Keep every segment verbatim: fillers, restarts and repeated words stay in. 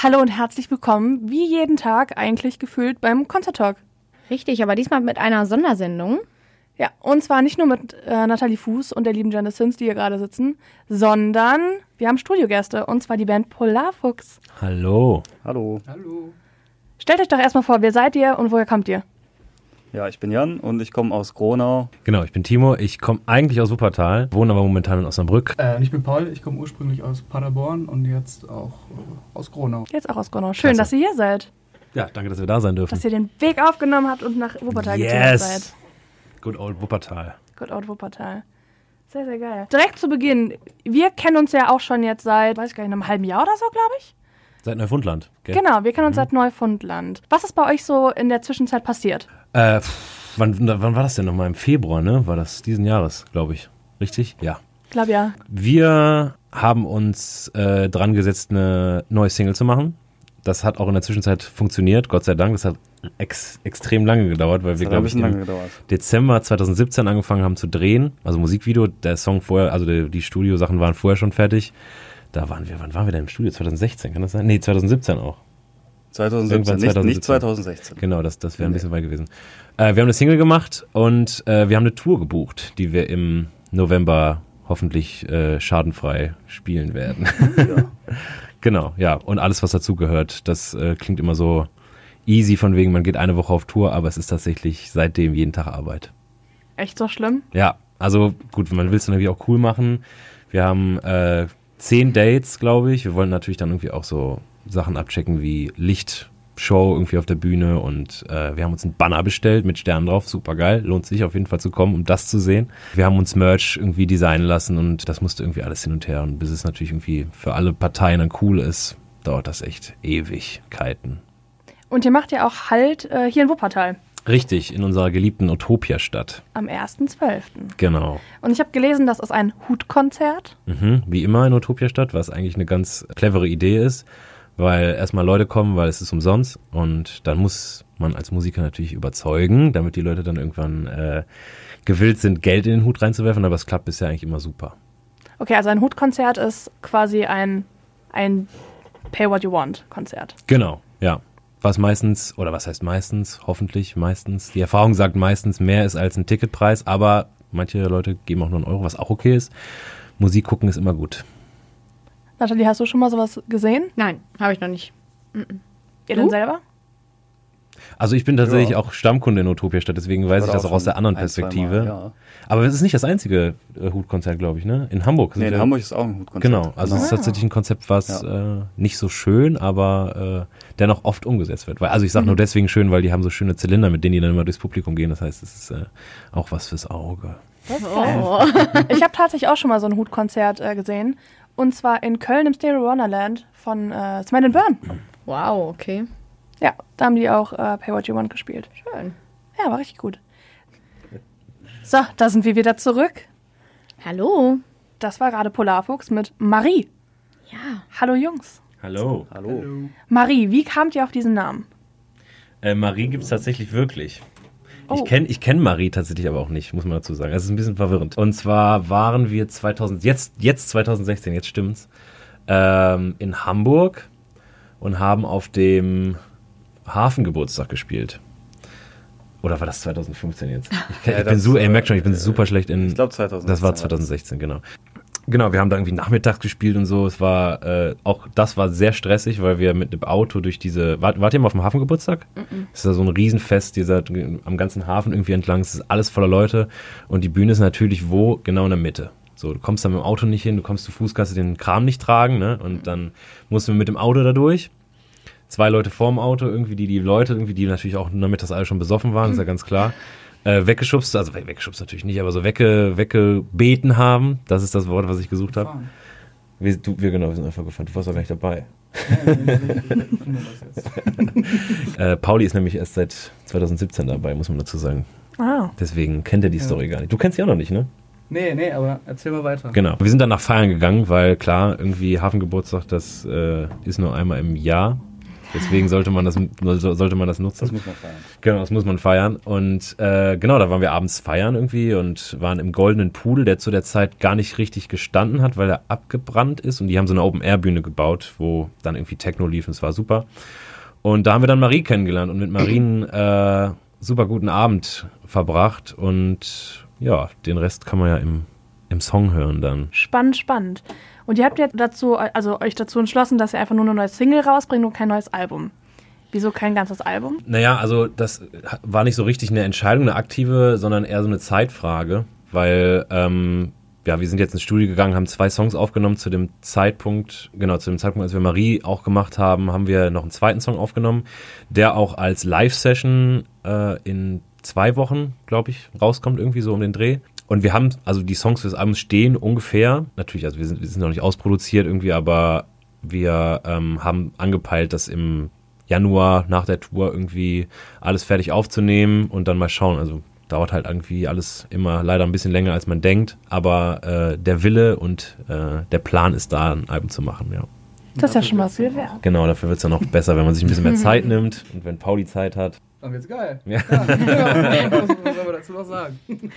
Hallo und herzlich willkommen, wie jeden Tag eigentlich gefühlt beim Concert Talk. Richtig, aber diesmal mit einer Sondersendung. Ja, und zwar nicht nur mit äh, Nathalie Fuß und der lieben Janice Sims, die hier gerade sitzen, sondern wir haben Studiogäste, und zwar die Band Polarfuchs. Hallo. Hallo. Hallo. Stellt euch doch erstmal vor, wer seid ihr und woher kommt ihr? Ja, ich bin Jan und ich komme aus Gronau. Genau, ich bin Timo. Ich komme eigentlich aus Wuppertal, wohne aber momentan in Osnabrück. Äh, und ich bin Paul, ich komme ursprünglich aus Paderborn und jetzt auch äh, aus Gronau. Jetzt auch aus Gronau. Schön, Klasse. dass ihr hier seid. Ja, danke, dass wir da sein dürfen. Dass ihr den Weg aufgenommen habt und nach Wuppertal yes. gezogen seid. Good old Wuppertal. Good old Wuppertal. Sehr, sehr geil. Direkt zu Beginn, wir kennen uns ja auch schon jetzt seit, weiß ich gar nicht, einem halben Jahr oder so, glaube ich. Seit Neufundland, gell? Genau, wir kennen uns Mhm. seit Neufundland. Was ist bei euch so in der Zwischenzeit passiert? Äh, pff, wann, wann war das denn nochmal? Im Februar, ne? War das diesen Jahres, glaube ich. Richtig? Ja. Ich glaube ja. Wir haben uns äh, dran gesetzt, eine neue Single zu machen. Das hat auch in der Zwischenzeit funktioniert, Gott sei Dank. Das hat ex- extrem lange gedauert, weil Das wir, hat ein glaube ich, bisschen lange im gedauert. Dezember zwanzig siebzehn angefangen haben zu drehen. Also Musikvideo, der Song vorher, also die, die Studiosachen waren vorher schon fertig. Da waren wir, wann waren wir denn im Studio? zwanzig sechzehn, kann das sein? Nee, zwanzig siebzehn auch. zwanzig siebzehn, Irgendwann nicht, zwanzig nicht siebzehn. zwanzig sechzehn. Genau, das, das wäre ein Nee. bisschen weit gewesen. Äh, wir haben eine Single gemacht und äh, wir haben eine Tour gebucht, die wir im November hoffentlich äh, schadenfrei spielen werden. Ja. Genau, ja. Und alles, was dazugehört, das äh, klingt immer so easy, von wegen, man geht eine Woche auf Tour, aber es ist tatsächlich seitdem jeden Tag Arbeit. Echt so schlimm? Ja, also gut, man will es dann irgendwie auch cool machen. Wir haben äh, zehn Dates, glaube ich. Wir wollen natürlich dann irgendwie auch so Sachen abchecken wie Lichtshow irgendwie auf der Bühne und äh, wir haben uns einen Banner bestellt mit Sternen drauf, super geil, lohnt sich auf jeden Fall zu kommen, um das zu sehen. Wir haben uns Merch irgendwie designen lassen und das musste irgendwie alles hin und her und bis es natürlich irgendwie für alle Parteien dann cool ist, dauert das echt Ewigkeiten. Und ihr macht ja auch Halt äh, hier in Wuppertal Richtig, in unserer geliebten Utopia-Stadt. am ersten zwölften Genau. Und ich habe gelesen, das ist ein Hutkonzert. Mhm. Wie immer in Utopia-Stadt, was eigentlich eine ganz clevere Idee ist, weil erstmal Leute kommen, weil es ist umsonst und dann muss man als Musiker natürlich überzeugen, damit die Leute dann irgendwann äh, gewillt sind, Geld in den Hut reinzuwerfen, aber es klappt bisher eigentlich immer super. Okay, also ein Hutkonzert ist quasi ein, ein Pay-What-You-Want-Konzert. Genau, ja. Was meistens, oder was heißt meistens, hoffentlich meistens, die Erfahrung sagt meistens mehr ist als ein Ticketpreis, aber manche Leute geben auch nur einen Euro, was auch okay ist. Musik gucken ist immer gut. Nathalie, hast du schon mal sowas gesehen? Nein, habe ich noch nicht. Ihr Du? denn selber? Also ich bin tatsächlich Ja. auch Stammkunde in Utopia-Stadt, deswegen weiß ich war das da auch aus schon der anderen ein, zwei Perspektive. Mal, ja. Aber es ist nicht das einzige äh, Hutkonzert, glaube ich, ne? In Hamburg. sind Nee, in wir- Hamburg ist auch ein Hutkonzert. Genau, also es ist Ah. tatsächlich ein Konzept, was Ja. äh, nicht so schön, aber äh, dennoch oft umgesetzt wird. Weil, also ich sage nur deswegen schön, weil die haben so schöne Zylinder, mit denen die dann immer durchs Publikum gehen. Das heißt, es ist äh, auch was fürs Auge. Oh. Ich habe tatsächlich auch schon mal so ein Hutkonzert äh, gesehen. Und zwar in Köln im Stereo Wonderland von äh, Smile and Burn. Wow, okay. Ja, da haben die auch äh, Pay What You Want gespielt. Schön. Ja, war richtig gut. So, da sind wir wieder zurück. Hallo. Das war gerade Polarfuchs mit Marie. Ja. Hallo Jungs. Hallo. Hallo. Marie, wie kamt ihr auf diesen Namen? Äh, Marie gibt es tatsächlich wirklich. Oh. Ich kenne ich kenn Marie tatsächlich aber auch nicht, muss man dazu sagen. Es ist ein bisschen verwirrend. Und zwar waren wir zweitausend, jetzt, jetzt zwanzig sechzehn, jetzt stimmt's, ähm, in Hamburg und haben auf dem Hafengeburtstag gespielt. Oder war das zwanzig fünfzehn jetzt? Ich, Ja, ich bin das, so, ey, äh, merkt schon, ich bin super schlecht in. Ich glaube zwanzig sechzehn. Das war zwanzig sechzehn, genau. Genau, wir haben da irgendwie nachmittags gespielt und so. Es war äh, auch, das war sehr stressig, weil wir mit dem Auto durch diese. Wart, wart ihr mal auf dem Hafengeburtstag? Mhm. Das ist ja so ein Riesenfest, dieser am ganzen Hafen irgendwie entlang. Es ist alles voller Leute und die Bühne ist natürlich wo? Genau in der Mitte. So, du kommst da mit dem Auto nicht hin, du kommst zu Fuß, kannst du den Kram nicht tragen, ne? Und dann mussten wir mit dem Auto da durch. Zwei Leute vorm Auto, irgendwie die, die Leute, irgendwie die natürlich auch nachmittags alle schon besoffen waren, ist ja ganz klar. Äh, weggeschubst, also we- weggeschubst natürlich nicht, aber so wegge, weggebeten haben. Das ist das Wort, was ich gesucht habe. Fahren. Wir, du, wir genau, wir sind einfach gefahren. Du warst doch gar nicht dabei. Ja, wir- wir- wir finden das jetzt. Äh, Pauli ist nämlich erst seit zwanzig siebzehn dabei, muss man dazu sagen. Ah. Deswegen kennt er die Ja. Story gar nicht. Du kennst sie auch noch nicht, ne? Nee, nee, aber erzähl mal weiter. Genau. Wir sind dann nach Feiern gegangen, weil klar, irgendwie Hafengeburtstag, das äh, ist nur einmal im Jahr. Deswegen sollte man das, sollte man das nutzen. Das muss man feiern. Genau, das muss man feiern. Und äh, genau, da waren wir abends feiern irgendwie und waren im Goldenen Pudel, der zu der Zeit gar nicht richtig gestanden hat, weil er abgebrannt ist. Und die haben so eine Open-Air-Bühne gebaut, wo dann irgendwie Techno lief und es war super. Und da haben wir dann Marie kennengelernt und mit Marie einen äh, super guten Abend verbracht. Und ja, den Rest kann man ja im, im Song hören dann. Spannend, spannend. Und ihr habt jetzt dazu, also euch dazu entschlossen, dass ihr einfach nur eine neue Single rausbringt und kein neues Album. Wieso kein ganzes Album? Naja, also das war nicht so richtig eine Entscheidung, eine aktive, sondern eher so eine Zeitfrage, weil ähm, ja, wir sind jetzt ins Studio gegangen, haben zwei Songs aufgenommen zu dem Zeitpunkt, genau, zu dem Zeitpunkt, als wir Marie auch gemacht haben, haben wir noch einen zweiten Song aufgenommen, der auch als Live-Session äh, in zwei Wochen, glaube ich, rauskommt, irgendwie so um den Dreh. Und wir haben, also die Songs fürs Album stehen ungefähr, natürlich, also wir sind, wir sind noch nicht ausproduziert irgendwie, aber wir ähm, haben angepeilt, das im Januar nach der Tour irgendwie alles fertig aufzunehmen und dann mal schauen. Also dauert halt irgendwie alles immer leider ein bisschen länger, als man denkt, aber äh, der Wille und äh, der Plan ist da, ein Album zu machen, ja. Das ist ja schon mal viel wert. Genau, dafür wird es dann noch besser, wenn man sich ein bisschen mehr Zeit nimmt und wenn Pauli Zeit hat. Dann wird's geil. Ja. Ja, ja. Was, was soll man dazu noch sagen?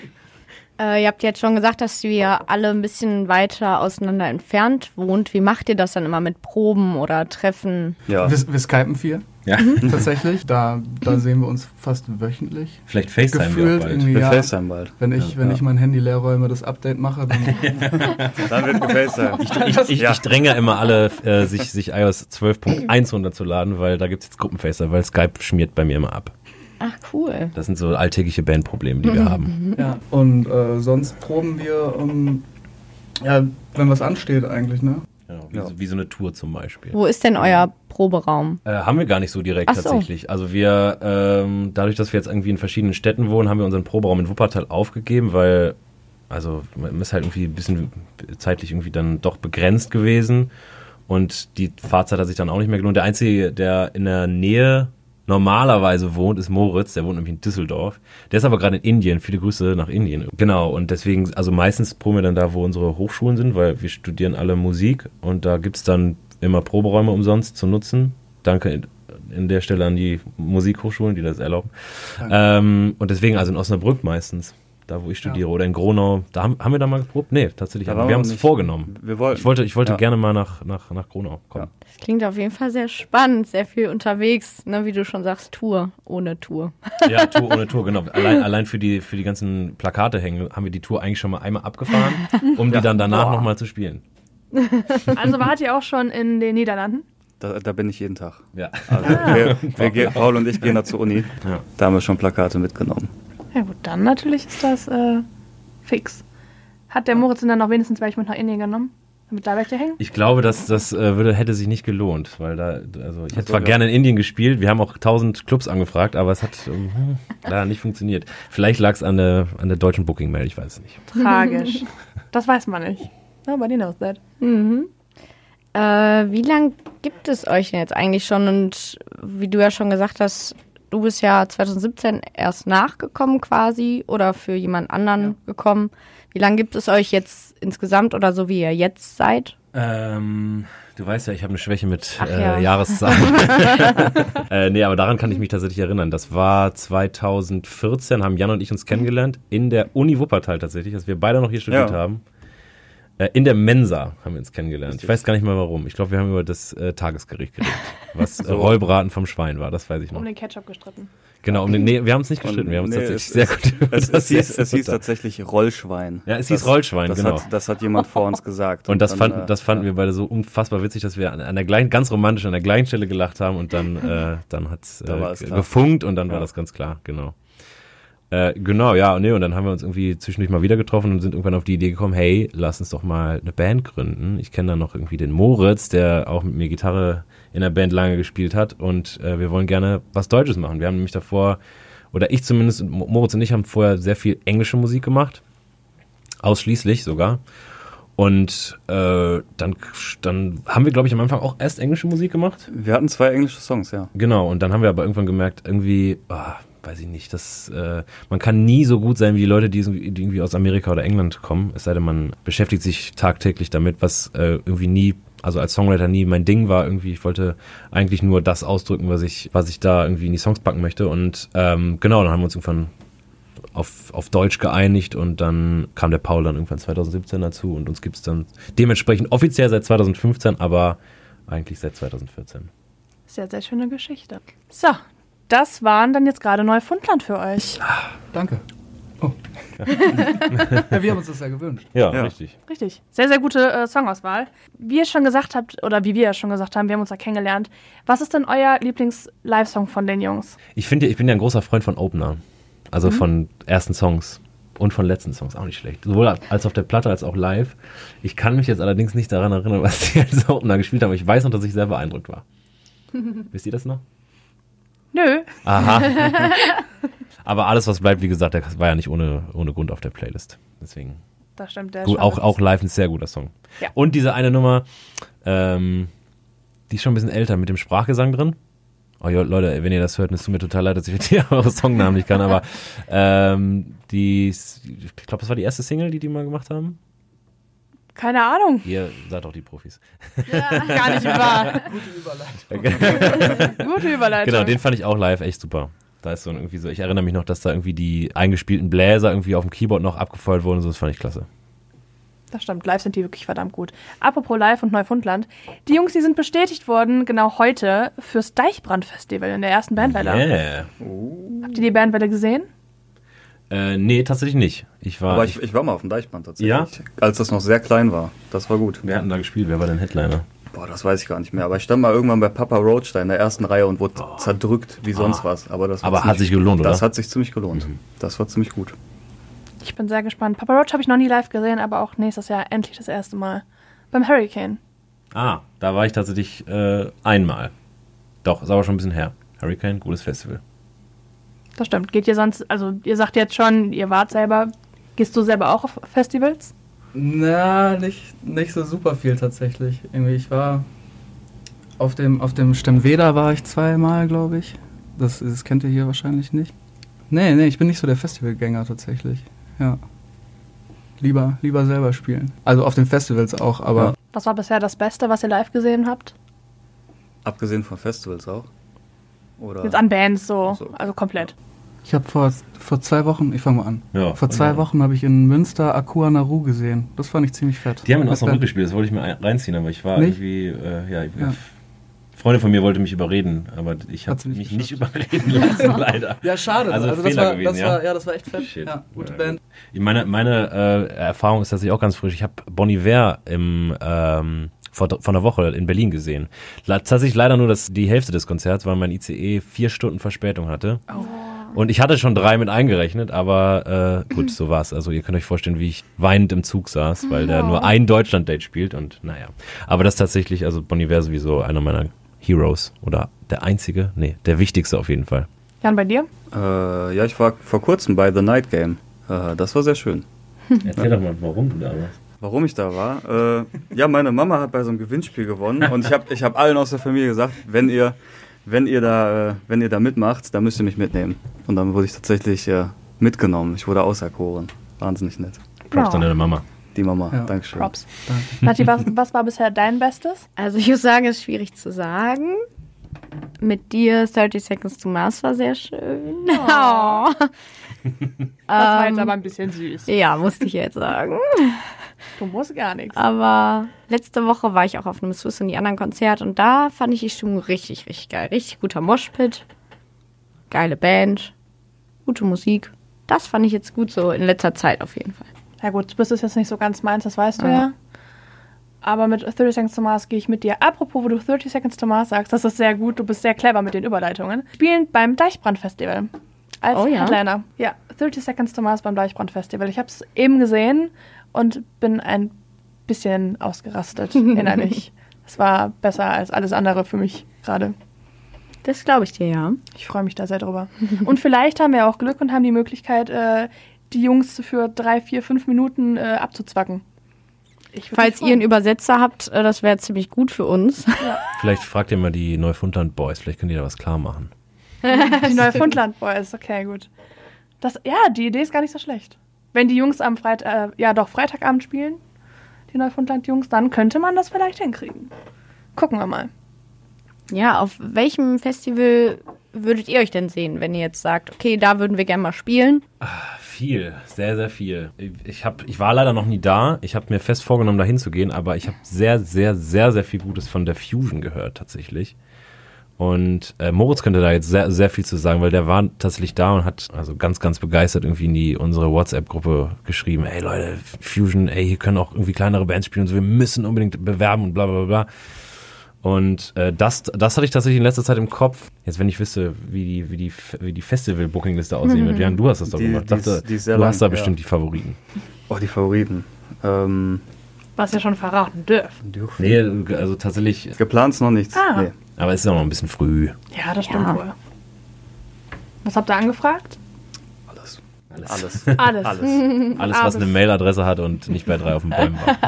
Äh, ihr habt jetzt schon gesagt, dass ihr alle ein bisschen weiter auseinander entfernt wohnt. Wie macht ihr das dann immer mit Proben oder Treffen? Ja. Wir, wir skypen viel, Ja. tatsächlich. Da, da sehen wir uns fast wöchentlich. Vielleicht FaceTime wir auch Gefühlt bald. irgendwie, Wir ja. FaceTime bald. Wenn ich, Ja, wenn ja. ich mein Handy leer räume, das Update mache, dann Dann wird gefacetimed. Ich, ich, Ja. ich dränge immer alle, äh, sich, sich i O S zwölf Punkt eins runterzuladen, weil da gibt es jetzt Gruppenfacer, weil Skype schmiert bei mir immer ab. Ach, cool. Das sind so alltägliche Bandprobleme, die wir haben. ja. Und äh, sonst proben wir, ähm, ja, wenn was ansteht eigentlich, ne? Ja, wie, Ja. So, wie so eine Tour zum Beispiel. Wo ist denn euer Proberaum? Äh, haben wir gar nicht so direkt Ach so. tatsächlich. Also wir, ähm, dadurch, dass wir jetzt irgendwie in verschiedenen Städten wohnen, haben wir unseren Proberaum in Wuppertal aufgegeben, weil, also man ist halt irgendwie ein bisschen zeitlich irgendwie dann doch begrenzt gewesen und die Fahrzeit hat sich dann auch nicht mehr gelohnt. Der Einzige, der in der Nähe normalerweise wohnt, ist Moritz, der wohnt nämlich in Düsseldorf. Der ist aber gerade in Indien, viele Grüße nach Indien. Genau, und deswegen, also meistens proben wir dann da, wo unsere Hochschulen sind, weil wir studieren alle Musik und da gibt's dann immer Proberäume umsonst zu nutzen. Danke in, in der Stelle an die Musikhochschulen, die das erlauben. Ähm, und deswegen, also in Osnabrück meistens, da wo ich studiere, Ja. oder in Gronau, da haben, haben wir da mal geprobt? Nee, tatsächlich, Da aber waren wir wir haben es nicht. vorgenommen. Wir wollten. Ich wollte, ich wollte Ja. gerne mal nach, nach, nach Gronau kommen. Das klingt auf jeden Fall sehr spannend, sehr viel unterwegs, ne, wie du schon sagst, Tour ohne Tour. Ja, Tour ohne Tour, genau. Allein, allein für die, für die ganzen Plakate hängen, haben wir die Tour eigentlich schon mal einmal abgefahren, um die dann danach nochmal zu spielen. Also wart ihr auch schon in den Niederlanden? Da, da bin ich jeden Tag. Ja. Also wir, wir, gehen- Paul und ich gehen da zur Uni. Ja. Da haben wir schon Plakate mitgenommen. Ja gut, dann natürlich ist das äh, fix. Hat der Moritz denn dann noch wenigstens welche mit nach Indien genommen? Damit da welche hängen? Ich glaube, dass das äh, würde, hätte sich nicht gelohnt, weil da, also ich hätte so, zwar ja. gerne in Indien gespielt, wir haben auch tausend Clubs angefragt, aber es hat ähm, leider nicht funktioniert. Vielleicht lag es an der, an der deutschen Booking-Mail, ich weiß es nicht. Tragisch. Das weiß man nicht. Nobody knows that. Mhm. Äh, wie lang gibt es euch denn jetzt eigentlich schon? Und wie du ja schon gesagt hast, du bist ja zwanzig siebzehn erst nachgekommen quasi oder für jemand anderen gekommen. Wie lange gibt es euch jetzt insgesamt oder so, wie ihr jetzt seid? Ähm, du weißt ja, ich habe eine Schwäche mit Ach äh, ja. Jahreszahlen. äh, nee, aber daran kann ich mich tatsächlich erinnern. Das war zwanzig vierzehn, haben Jan und ich uns kennengelernt, in der Uni Wuppertal tatsächlich, dass wir beide noch hier studiert Ja. haben. Äh, in der Mensa haben wir uns kennengelernt. Richtig. Ich weiß gar nicht mal warum. Ich glaube, wir haben über das äh, Tagesgericht geredet, was äh, So. Rollbraten vom Schwein war, das weiß ich noch. Um den Ketchup gestritten. Genau, um den, nee, wir haben uns nicht gestritten, wir haben uns Nee, tatsächlich es- sehr es- gut über Es, das es, hieß, Essen es hieß unterhalten. tatsächlich Rollschwein. Ja, es hieß Rollschwein, das genau. Hat, das hat jemand vor uns gesagt. Und das, dann, fanden, äh, das fanden ja. wir beide so unfassbar witzig, dass wir an, an der gleichen, ganz romantisch an der gleichen Stelle gelacht haben und dann, äh, dann hat's Da war äh, es klar. gefunkt und dann war Ja. das ganz klar, genau. Äh, genau, ja, nee, und dann haben wir uns irgendwie zwischendurch mal wieder getroffen und sind irgendwann auf die Idee gekommen, hey, lass uns doch mal eine Band gründen. Ich kenne da noch irgendwie den Moritz, der auch mit mir Gitarre in der Band lange gespielt hat und äh, wir wollen gerne was Deutsches machen. Wir haben nämlich davor, oder ich zumindest, und Mo- Moritz und ich haben vorher sehr viel englische Musik gemacht, ausschließlich sogar. Und äh, dann, dann haben wir, glaube ich, am Anfang auch erst englische Musik gemacht. Wir hatten zwei englische Songs, ja. Genau, und dann haben wir aber irgendwann gemerkt, irgendwie, ah, weiß ich nicht, das, äh, man kann nie so gut sein wie die Leute, die, irgendwie- die irgendwie aus Amerika oder England kommen, es sei denn, man beschäftigt sich tagtäglich damit, was äh, irgendwie nie also als Songwriter nie mein Ding war. Irgendwie, ich wollte eigentlich nur das ausdrücken, was ich, was ich da irgendwie in die Songs packen möchte. Und ähm, genau, dann haben wir uns irgendwann auf, auf Deutsch geeinigt und dann kam der Paul dann irgendwann zwanzig siebzehn dazu und uns gibt es dann dementsprechend offiziell seit zwanzig fünfzehn, aber eigentlich seit zwanzig vierzehn. Sehr, sehr schöne Geschichte. So, das waren dann jetzt gerade Neufundland für euch. Danke. Oh. Ja, wir haben uns das ja gewünscht. Ja, Ja. richtig. Richtig. Sehr, sehr gute äh, Songauswahl. Wie ihr schon gesagt habt, oder wie wir ja schon gesagt haben, wir haben uns da kennengelernt. Was ist denn euer Lieblings-Live-Song von den Jungs? Ich finde, ich bin ja ein großer Freund von Opener. Also Mhm. von ersten Songs und von letzten Songs, auch nicht schlecht. Sowohl als auf der Platte als auch live. Ich kann mich jetzt allerdings nicht daran erinnern, was die als Opener gespielt haben. Ich weiß noch, dass ich sehr beeindruckt war. Wisst ihr das noch? Nö. Aha. Aber alles, was bleibt, wie gesagt, das war ja nicht ohne, ohne Grund auf der Playlist. Deswegen. Das stimmt. Der ist Gut, schon auch, wirklich- auch live ein sehr guter Song. Ja. Und diese eine Nummer, ähm, die ist schon ein bisschen älter, mit dem Sprachgesang drin. Oh ja, Leute, wenn ihr das hört, es tut mir total leid, dass ich jetzt hier eure Songnamen nicht kann, aber ähm, die, ich glaube, das war die erste Single, die die mal gemacht haben. Keine Ahnung. Ihr seid doch die Profis. Gar nicht wahr. Gute Überleitung. Gute Überleitung. Genau, den fand ich auch live echt super. Da ist so irgendwie so, ich erinnere mich noch, dass da irgendwie die eingespielten Bläser irgendwie auf dem Keyboard noch abgefeuert wurden und so, das fand ich klasse. Das stimmt, live sind die wirklich verdammt gut. Apropos Live und Neufundland. Die Jungs, die sind bestätigt worden, genau heute, fürs Deichbrand-Festival in der ersten Bandwelle. Yeah. Habt ihr die Bandwelle gesehen? Äh, nee, tatsächlich nicht. Ich war, Aber ich, ich war mal auf dem Deichbrand tatsächlich. Ja? Als das noch sehr klein war. Das war gut. wir hatten da gespielt, wer war denn Headliner? Boah, das weiß ich gar nicht mehr. Aber ich stand mal irgendwann bei Papa Roach da in der ersten Reihe und wurde zerdrückt wie sonst was. Aber, das war Aber hat ziemlich- sich gelohnt, oder? Das hat sich ziemlich gelohnt. Das war ziemlich gut. Ich bin sehr gespannt. Papa Roach habe ich noch nie live gesehen, aber auch nächstes Jahr endlich das erste Mal. Beim Hurricane. Ah, da war ich tatsächlich äh, einmal. Doch, ist aber schon ein bisschen her. Hurricane, gutes Festival. Das stimmt. Geht ihr sonst, also ihr sagt jetzt schon, ihr wart selber, gehst du selber auch auf Festivals? Na, nicht, nicht so super viel tatsächlich. Irgendwie, ich war auf dem, auf dem Stemveda war ich zweimal, glaube ich. Das, das kennt ihr hier wahrscheinlich nicht. Nee, nee, ich bin nicht so der Festivalgänger tatsächlich. Ja. Lieber, lieber selber spielen. Also auf den Festivals auch, aber Ja. Was war bisher das Beste, was ihr live gesehen habt? Abgesehen von Festivals auch. Oder? Jetzt an Bands so, So. also komplett. ich habe vor, vor zwei Wochen, ich fange mal an. Ja, Vor zwei genau. Wochen habe ich in Münster Akua Naru gesehen. Das fand ich ziemlich fett. Die haben in Mit Osnabrück Band. gespielt, das wollte ich mir ein- reinziehen, aber ich war Nicht? irgendwie, äh, ja, ich, Ja. Freundin von mir wollte mich überreden, aber ich Hat habe sie nicht mich geschafft. nicht überreden lassen, leider. Ja, schade. Also das, Fehler war, gewesen, das ja. war, ja, das war echt fett. Shit. Ja, gute Ja, Band. Meine, meine äh, Erfahrung ist tatsächlich auch ganz frisch. Ich habe Bon Iver im, ähm, vor, vor einer Woche in Berlin gesehen. Le- Tatsächlich leider nur das, die Hälfte des Konzerts, weil mein I C E vier Stunden Verspätung hatte. Und ich hatte schon drei mit eingerechnet, aber äh, gut, so war's. Also ihr könnt euch vorstellen, wie ich weinend im Zug saß, weil der nur ein Deutschland-Date spielt und naja. Aber das ist tatsächlich, also Bon Iver sowieso einer meiner Heroes oder der einzige, nee, der wichtigste auf jeden Fall. Jan, bei dir? Äh, ja, ich war vor kurzem bei The Night Game. Äh, das war sehr schön. Erzähl doch mal, warum du da warst. Warum ich da war? Äh, ja, meine Mama hat bei so einem Gewinnspiel gewonnen und ich habe ich hab allen aus der Familie gesagt, wenn ihr, wenn ihr da, äh, wenn ihr da mitmacht, dann müsst ihr mich mitnehmen. Und dann wurde ich tatsächlich äh, mitgenommen. Ich wurde auserkoren. Wahnsinnig nett. Props Ja. an deine Mama. Die Mama, Ja. Dankeschön. Props. Nati, was, was war bisher dein Bestes? Also ich muss sagen, es ist schwierig zu sagen. Mit dir thirty Seconds to Mars war sehr schön. Oh. Das war Ähm, jetzt aber ein bisschen süß. Ja, musste ich jetzt sagen. Du musst gar nichts. Aber letzte Woche war ich auch auf einem Swiss und die anderen Konzert und da fand ich die Stimmung richtig, richtig geil. Richtig guter Moshpit, geile Band, gute Musik. Das fand ich jetzt gut so in letzter Zeit auf jeden Fall. Ja gut, Swiss ist jetzt nicht so ganz meins, das weißt du Ja. ja. Aber mit thirty Seconds to Mars gehe ich mit dir. Apropos, wo du thirty Seconds to Mars sagst, das ist sehr gut, du bist sehr clever mit den Überleitungen. Spielen beim Deichbrand-Festival. Als Oh ja? Headliner. Ja, thirty Seconds to Mars beim Deichbrand-Festival. Ich habe es eben gesehen und bin ein bisschen ausgerastet innerlich. Es war besser als alles andere für mich gerade. Das glaube ich dir, ja. Ich freue mich da sehr drüber. Und vielleicht haben wir auch Glück und haben die Möglichkeit, äh, die Jungs für drei, vier, fünf Minuten äh, abzuzwacken. Ich würd Falls mich ihr einen freuen. Übersetzer habt, äh, das wäre ziemlich gut für uns. Vielleicht fragt ihr mal die Neufundland Boys, vielleicht können die da was klar machen. Die Neufundland Boys, okay, gut. Das, ja, die Idee ist gar nicht so schlecht. Wenn die Jungs am Freitag, äh, ja doch, Freitagabend spielen, die die Neufundland-Jungs, dann könnte man das vielleicht hinkriegen. Gucken wir mal. Ja, auf welchem Festival würdet ihr euch denn sehen, wenn ihr jetzt sagt, okay, da würden wir gerne mal spielen? Viel, sehr, sehr viel. Ich, hab, ich war leider noch nie da. Ich habe mir fest vorgenommen, da hinzugehen, aber ich habe sehr, sehr, sehr, sehr viel Gutes von der Fusion gehört, tatsächlich. Und äh, Moritz könnte da jetzt sehr, sehr viel zu sagen, weil der war tatsächlich da und hat also ganz, ganz begeistert irgendwie in die unsere WhatsApp-Gruppe geschrieben, ey Leute, Fusion, ey, hier können auch irgendwie kleinere Bands spielen und so, wir müssen unbedingt bewerben und bla bla bla. Und äh, das, das hatte ich tatsächlich in letzter Zeit im Kopf. Jetzt, wenn ich wüsste, wie die, wie die, wie die Festival-Booking-Liste aussehen wird. Jan, du hast das doch Die- gemacht. die Dachte, ist- die ist sehr du lang, hast da ja. bestimmt die Favoriten. Oh, die Favoriten. Ähm, Was ihr schon verraten dürft. dürfen. Nee, also tatsächlich, Geplant ist noch nichts. Ah. Nee. aber es ist auch noch ein bisschen früh. Ja, das stimmt Ja. wohl. Was habt ihr angefragt? Alles. Alles. Alles. Alles. Alles. Alles, was eine Mailadresse hat und nicht bei drei auf den Bäumen war.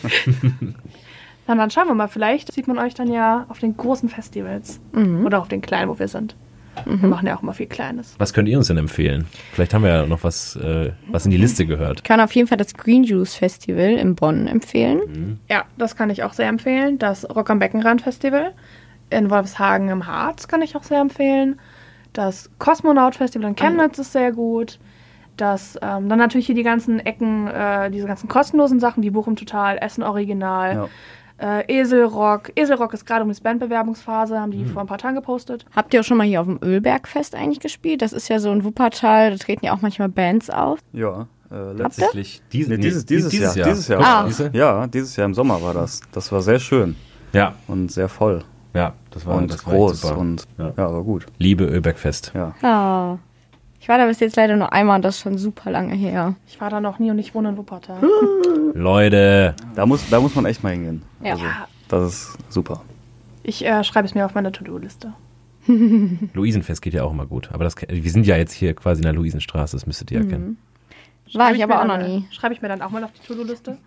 Na, dann schauen wir mal. Vielleicht sieht man euch dann ja auf den großen Festivals. Oder auf den kleinen, wo wir sind. Wir machen ja auch immer viel Kleines. Was könnt ihr uns denn empfehlen? Vielleicht haben wir ja noch was, äh, was in die Liste gehört. Ich kann auf jeden Fall das Green Juice Festival in Bonn empfehlen. Ja, das kann ich auch sehr empfehlen. Das Rock am Beckenrand Festival in Wolfshagen im Harz kann ich auch sehr empfehlen. Das Kosmonaut Festival in Chemnitz ist sehr gut. Das, ähm, dann natürlich hier die ganzen Ecken, äh, diese ganzen kostenlosen Sachen, wie Bochum Total, Essen Original, Ja. äh, Eselrock. Eselrock ist gerade um die Bandbewerbungsphase, haben die vor ein paar Tagen gepostet. Habt ihr auch schon mal hier auf dem Ölbergfest eigentlich gespielt? Das ist ja so in Wuppertal, da treten ja auch manchmal Bands auf. Ja. Äh, letztes, Tatsächlich. Diese, nee, dieses, dieses, dieses Jahr. Jahr. Dieses Jahr. Ah. Siehste? Ja, dieses Jahr im Sommer war das. Das war sehr schön Ja, und sehr voll ja, das war, und das war echt groß super. und Ja. ja. war gut. Liebe Ölbergfest. Ja. Ja. Ich war da bis jetzt leider nur einmal und das ist schon super lange her. Ich war da noch nie und ich wohne in Wuppertal. Leute, Da muss, da muss man echt mal hingehen. Ja. Also, das ist super. Ich äh, schreibe es mir auf meine To-Do-Liste. Luisenfest geht ja auch immer gut. Aber das, wir sind ja jetzt hier quasi in der Luisenstraße, das müsstet ihr ja kennen. War Schreibe ich aber mir auch noch dann- nie. Schreibe ich mir dann auch mal auf die To-Do-Liste.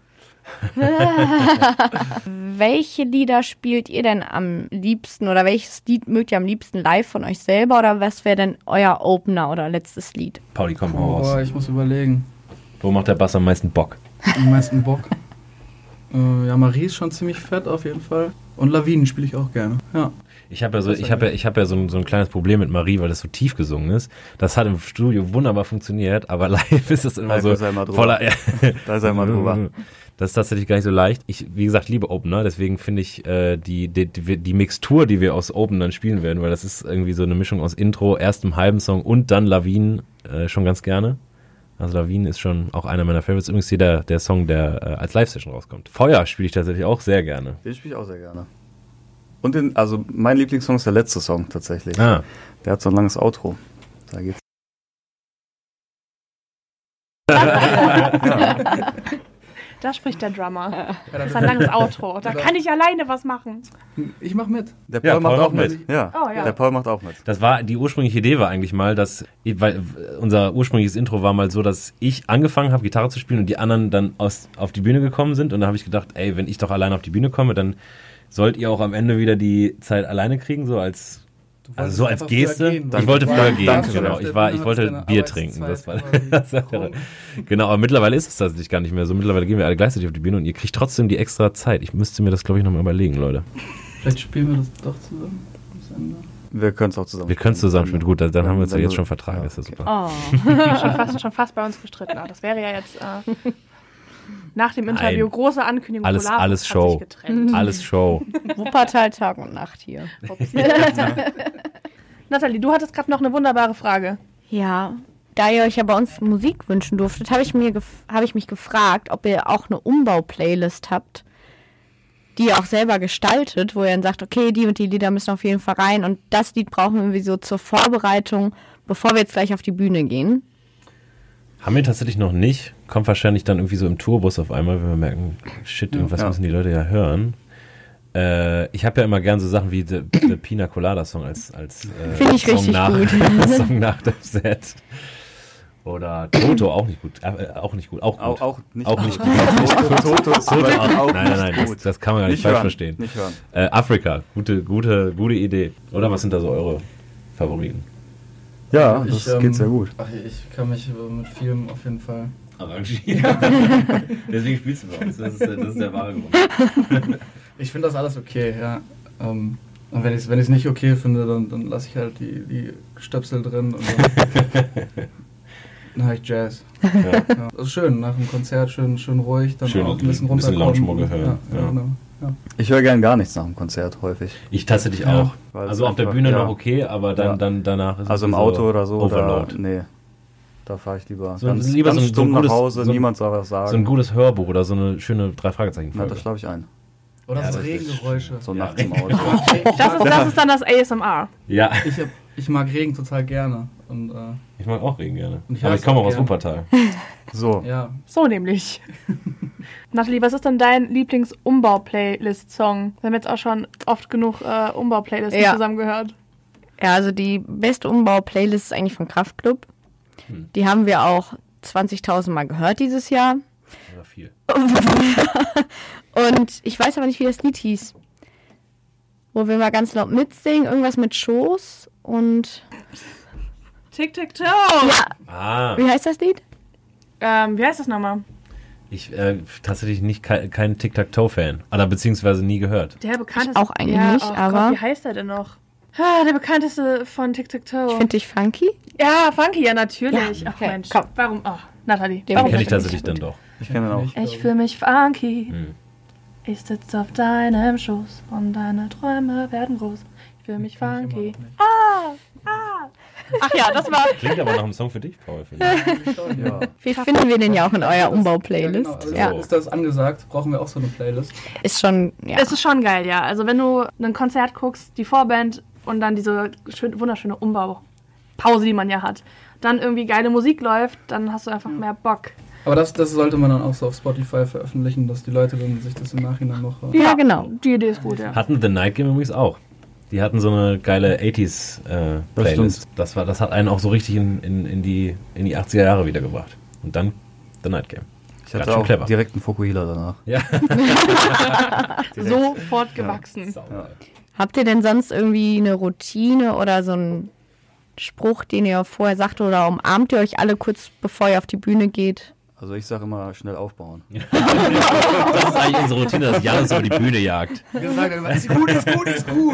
Welche Lieder spielt ihr denn am liebsten oder welches Lied mögt ihr am liebsten live von euch selber oder was wäre denn euer Opener oder letztes Lied? Pauli, komm hau raus. Boah, ich muss überlegen. Wo macht der Bass am meisten Bock? Am meisten Bock. äh, ja, Marie ist schon ziemlich fett auf jeden Fall. Und Lawinen spiele ich auch gerne. Ja. Ich habe ja so, ich habe ja, ich habe ja so ein, so ein kleines Problem mit Marie, weil das so tief gesungen ist. Das hat im Studio wunderbar funktioniert, aber live ist das immer Live so ist er immer drüber. voller. Da ist er mal drüber. Das ist tatsächlich gar nicht so leicht. Ich, wie gesagt, liebe Opener, deswegen finde ich äh, die, die, die, die Mixtur, die wir aus Openern spielen werden, weil das ist irgendwie so eine Mischung aus Intro, erstem halben Song und dann Lawinen äh, schon ganz gerne. Also Lawinen ist schon auch einer meiner Favorites. Übrigens hier der, der Song, der äh, als Live-Session rauskommt. Feuer spiele ich tatsächlich auch sehr gerne. Den spiele ich auch sehr gerne. Und den, also mein Lieblingssong ist der letzte Song tatsächlich. Ah. Der hat so ein langes Outro. Da geht's. Da spricht der Drummer. Das ist ein langes Outro. Da kann ich alleine was machen. Ich mach mit. Der Ja, Paul macht Paul auch macht mit. Ja. Oh, ja. Der Paul macht auch mit. Das war, die ursprüngliche Idee war eigentlich mal, dass, weil unser ursprüngliches Intro war mal so, dass ich angefangen habe, Gitarre zu spielen und die anderen dann aus, auf die Bühne gekommen sind und da habe ich gedacht, ey, wenn ich doch alleine auf die Bühne komme, dann sollt ihr auch am Ende wieder die Zeit alleine kriegen, so als, also so als einfach früher Geste. gehen. Ich wollte Du früher warst gehen, Danke. genau. auf der Ich war, Bühne, ich wollte hast deine Bier Arbeitszeit trinken. Das war, quasi das war rum. genau, aber mittlerweile ist es tatsächlich gar nicht mehr so. Mittlerweile gehen wir alle gleichzeitig auf die Bühne und ihr kriegt trotzdem die extra Zeit. Ich müsste mir das, glaube ich, nochmal überlegen, Leute. Vielleicht spielen wir das doch zusammen. Das Ende. Wir können es auch zusammen Wir können es zusammen spielen. Gut, dann, dann haben wir uns ja Wenn jetzt du- schon vertragen. ja, Das ist ja okay. super. Oh. Schon fast, schon fast bei uns gestritten. Aber das wäre ja jetzt äh, nach dem Interview Nein. große Ankündigung. Alles- Polaris alles hat Show. sich getrennt. Alles Show. Wuppertal Tag und Nacht hier. Nathalie, du hattest gerade noch eine wunderbare Frage. Ja, da ihr euch ja bei uns Musik wünschen durftet, habe ich, mir gef- hab ich mich gefragt, ob ihr auch eine Umbau-Playlist habt, die ihr auch selber gestaltet, wo ihr dann sagt, okay, die und die Lieder müssen auf jeden Fall rein und das Lied brauchen wir irgendwie so zur Vorbereitung, bevor wir jetzt gleich auf die Bühne gehen. Haben wir tatsächlich noch nicht. Kommt wahrscheinlich dann irgendwie so im Tourbus auf einmal, wenn wir merken, shit, irgendwas Ja. müssen die Leute ja hören. Äh, ich habe ja immer gern so Sachen wie The, The Pina Colada Song als, als äh, Finde ich Song, richtig nach, gut. Song nach dem Set. Oder Toto, auch nicht gut. Äh, auch nicht gut. Auch gut. Auch, auch nicht Auch nicht gut. Toto ist Toto, auch, auch nein, nein, nein, nicht das, gut. das kann man gar nicht, Nicht falsch hören, verstehen. Nicht hören. Äh, Afrika, gute, gute, gute Idee. Oder was sind da so eure Favoriten? Ja, Ich, das ähm, geht sehr gut. Ach, ich kann mich äh, mit vielem auf jeden Fall arrangieren. Deswegen spielst du bei uns. Das ist der, das ist der wahre Grund. Ich finde das alles okay, ja. Ähm, und wenn ich es wenn ich's nicht okay finde, dann, dann lasse ich halt die, die Stöpsel drin und dann, dann höre ich Jazz. Ja. Ja. Das ist schön, nach dem Konzert schön, schön ruhig, dann Schön, auch ein bisschen ein bisschen runterkommen. Lounge-Mucke hören, Ja, ja, ja. genau. Ja. Ich höre gern gar nichts nach dem Konzert, häufig. Ich tatsächlich Ja. auch. Weil Also es auf der einfach- Bühne ja. noch okay, aber dann, Ja. dann danach ist Also es im so Auto oder so. Overload. Oder, nee, da fahre ich lieber So- ganz, lieber ganz so ein- so ein stumm nach gutes- Hause, so ein- niemand soll was sagen. So ein gutes Hörbuch oder so eine schöne drei Fragezeichen Na, da Folge. schlafe ich ein. Oder Ja, so das ist- Regengeräusche. So Ja, nachts im Regen. Auto. Das ist, das ist dann das A S M R. Ja, Ich, hab, ich mag Regen total gerne. Und äh, ich mag auch Regen gerne. Und ich Aber hasse ich komme auch auch aus gerne. Wuppertal. So, ja, So nämlich. Nathalie, was ist denn dein Lieblings-Umbau-Playlist-Song? Wir haben jetzt auch schon oft genug äh, Umbau-Playlisten Ja. zusammen gehört. Ja, also die beste Umbau-Playlist ist eigentlich von Kraftklub. Hm. Die haben wir auch zwanzigtausend Mal gehört dieses Jahr. Ja, viel. Und ich weiß aber nicht, wie das Lied hieß. Wo wir mal ganz laut mitsingen, irgendwas mit Schoß und... Tic-Tac-Toe. Ja, Ah, wie heißt das Lied? Ähm, wie heißt das nochmal? ich äh, tatsächlich nicht kein, kein Tic-Tac-Toe-Fan. Oder beziehungsweise nie gehört. Der bekannteste. Ich auch eigentlich ja, nicht, oh aber- Gott, wie heißt der denn noch? Ah, der bekannteste von Tic-Tac-Toe. Ich finde dich funky. Ja, Funky, ja, natürlich. Ja, Ach okay, Mensch. komm. Warum? Oh, Nathalie. Den Warum? Kenne ich finde ich tatsächlich dann gut. doch. ich kenne den auch. nicht, Ich glaub fühle mich funky. Hm. Ich sitze auf deinem Schoß und deine Träume werden groß. Ich fühle mich Kenn ich immer funky. noch nicht. Ah, ah. Ach ja, das war. Klingt aber nach einem Song für dich, Paul. finde ich. Eigentlich schon, Ja. Wie finden wir den ja auch in eurer Ja, genau. Umbau-Playlist? Also Ja, Ist das angesagt? Brauchen wir auch so eine Playlist? ist schon, ja. Es ist schon geil, ja. Also wenn du ein Konzert guckst, die Vorband und dann diese schön, wunderschöne Umbaupause, die man ja hat, dann irgendwie geile Musik läuft, dann hast du einfach mehr Bock. Aber das, das sollte man dann auch so auf Spotify veröffentlichen, dass die Leute dann sich das im Nachhinein noch... äh, Ja, genau. Die Idee ist gut, ja. Hatten The Night Game übrigens auch. Die hatten so eine geile achtziger äh, Playlist. stimmt. Das, war, das hat einen auch so richtig in, in, in, die, in die achtziger Jahre wiedergebracht. Und dann The Night Game. Ich Ganz hatte schön auch clever. direkt einen Fokuhila danach. Ja. Sofort gewachsen. Saugeil. Habt ihr denn sonst irgendwie eine Routine oder so einen Spruch, den ihr vorher sagt, oder umarmt ihr euch alle kurz bevor ihr auf die Bühne geht? Also ich sage immer, schnell aufbauen. Das ist eigentlich unsere Routine, dass Jan uns über die Bühne jagt. Wir sagen immer, ist gut, ist gut, ist gut.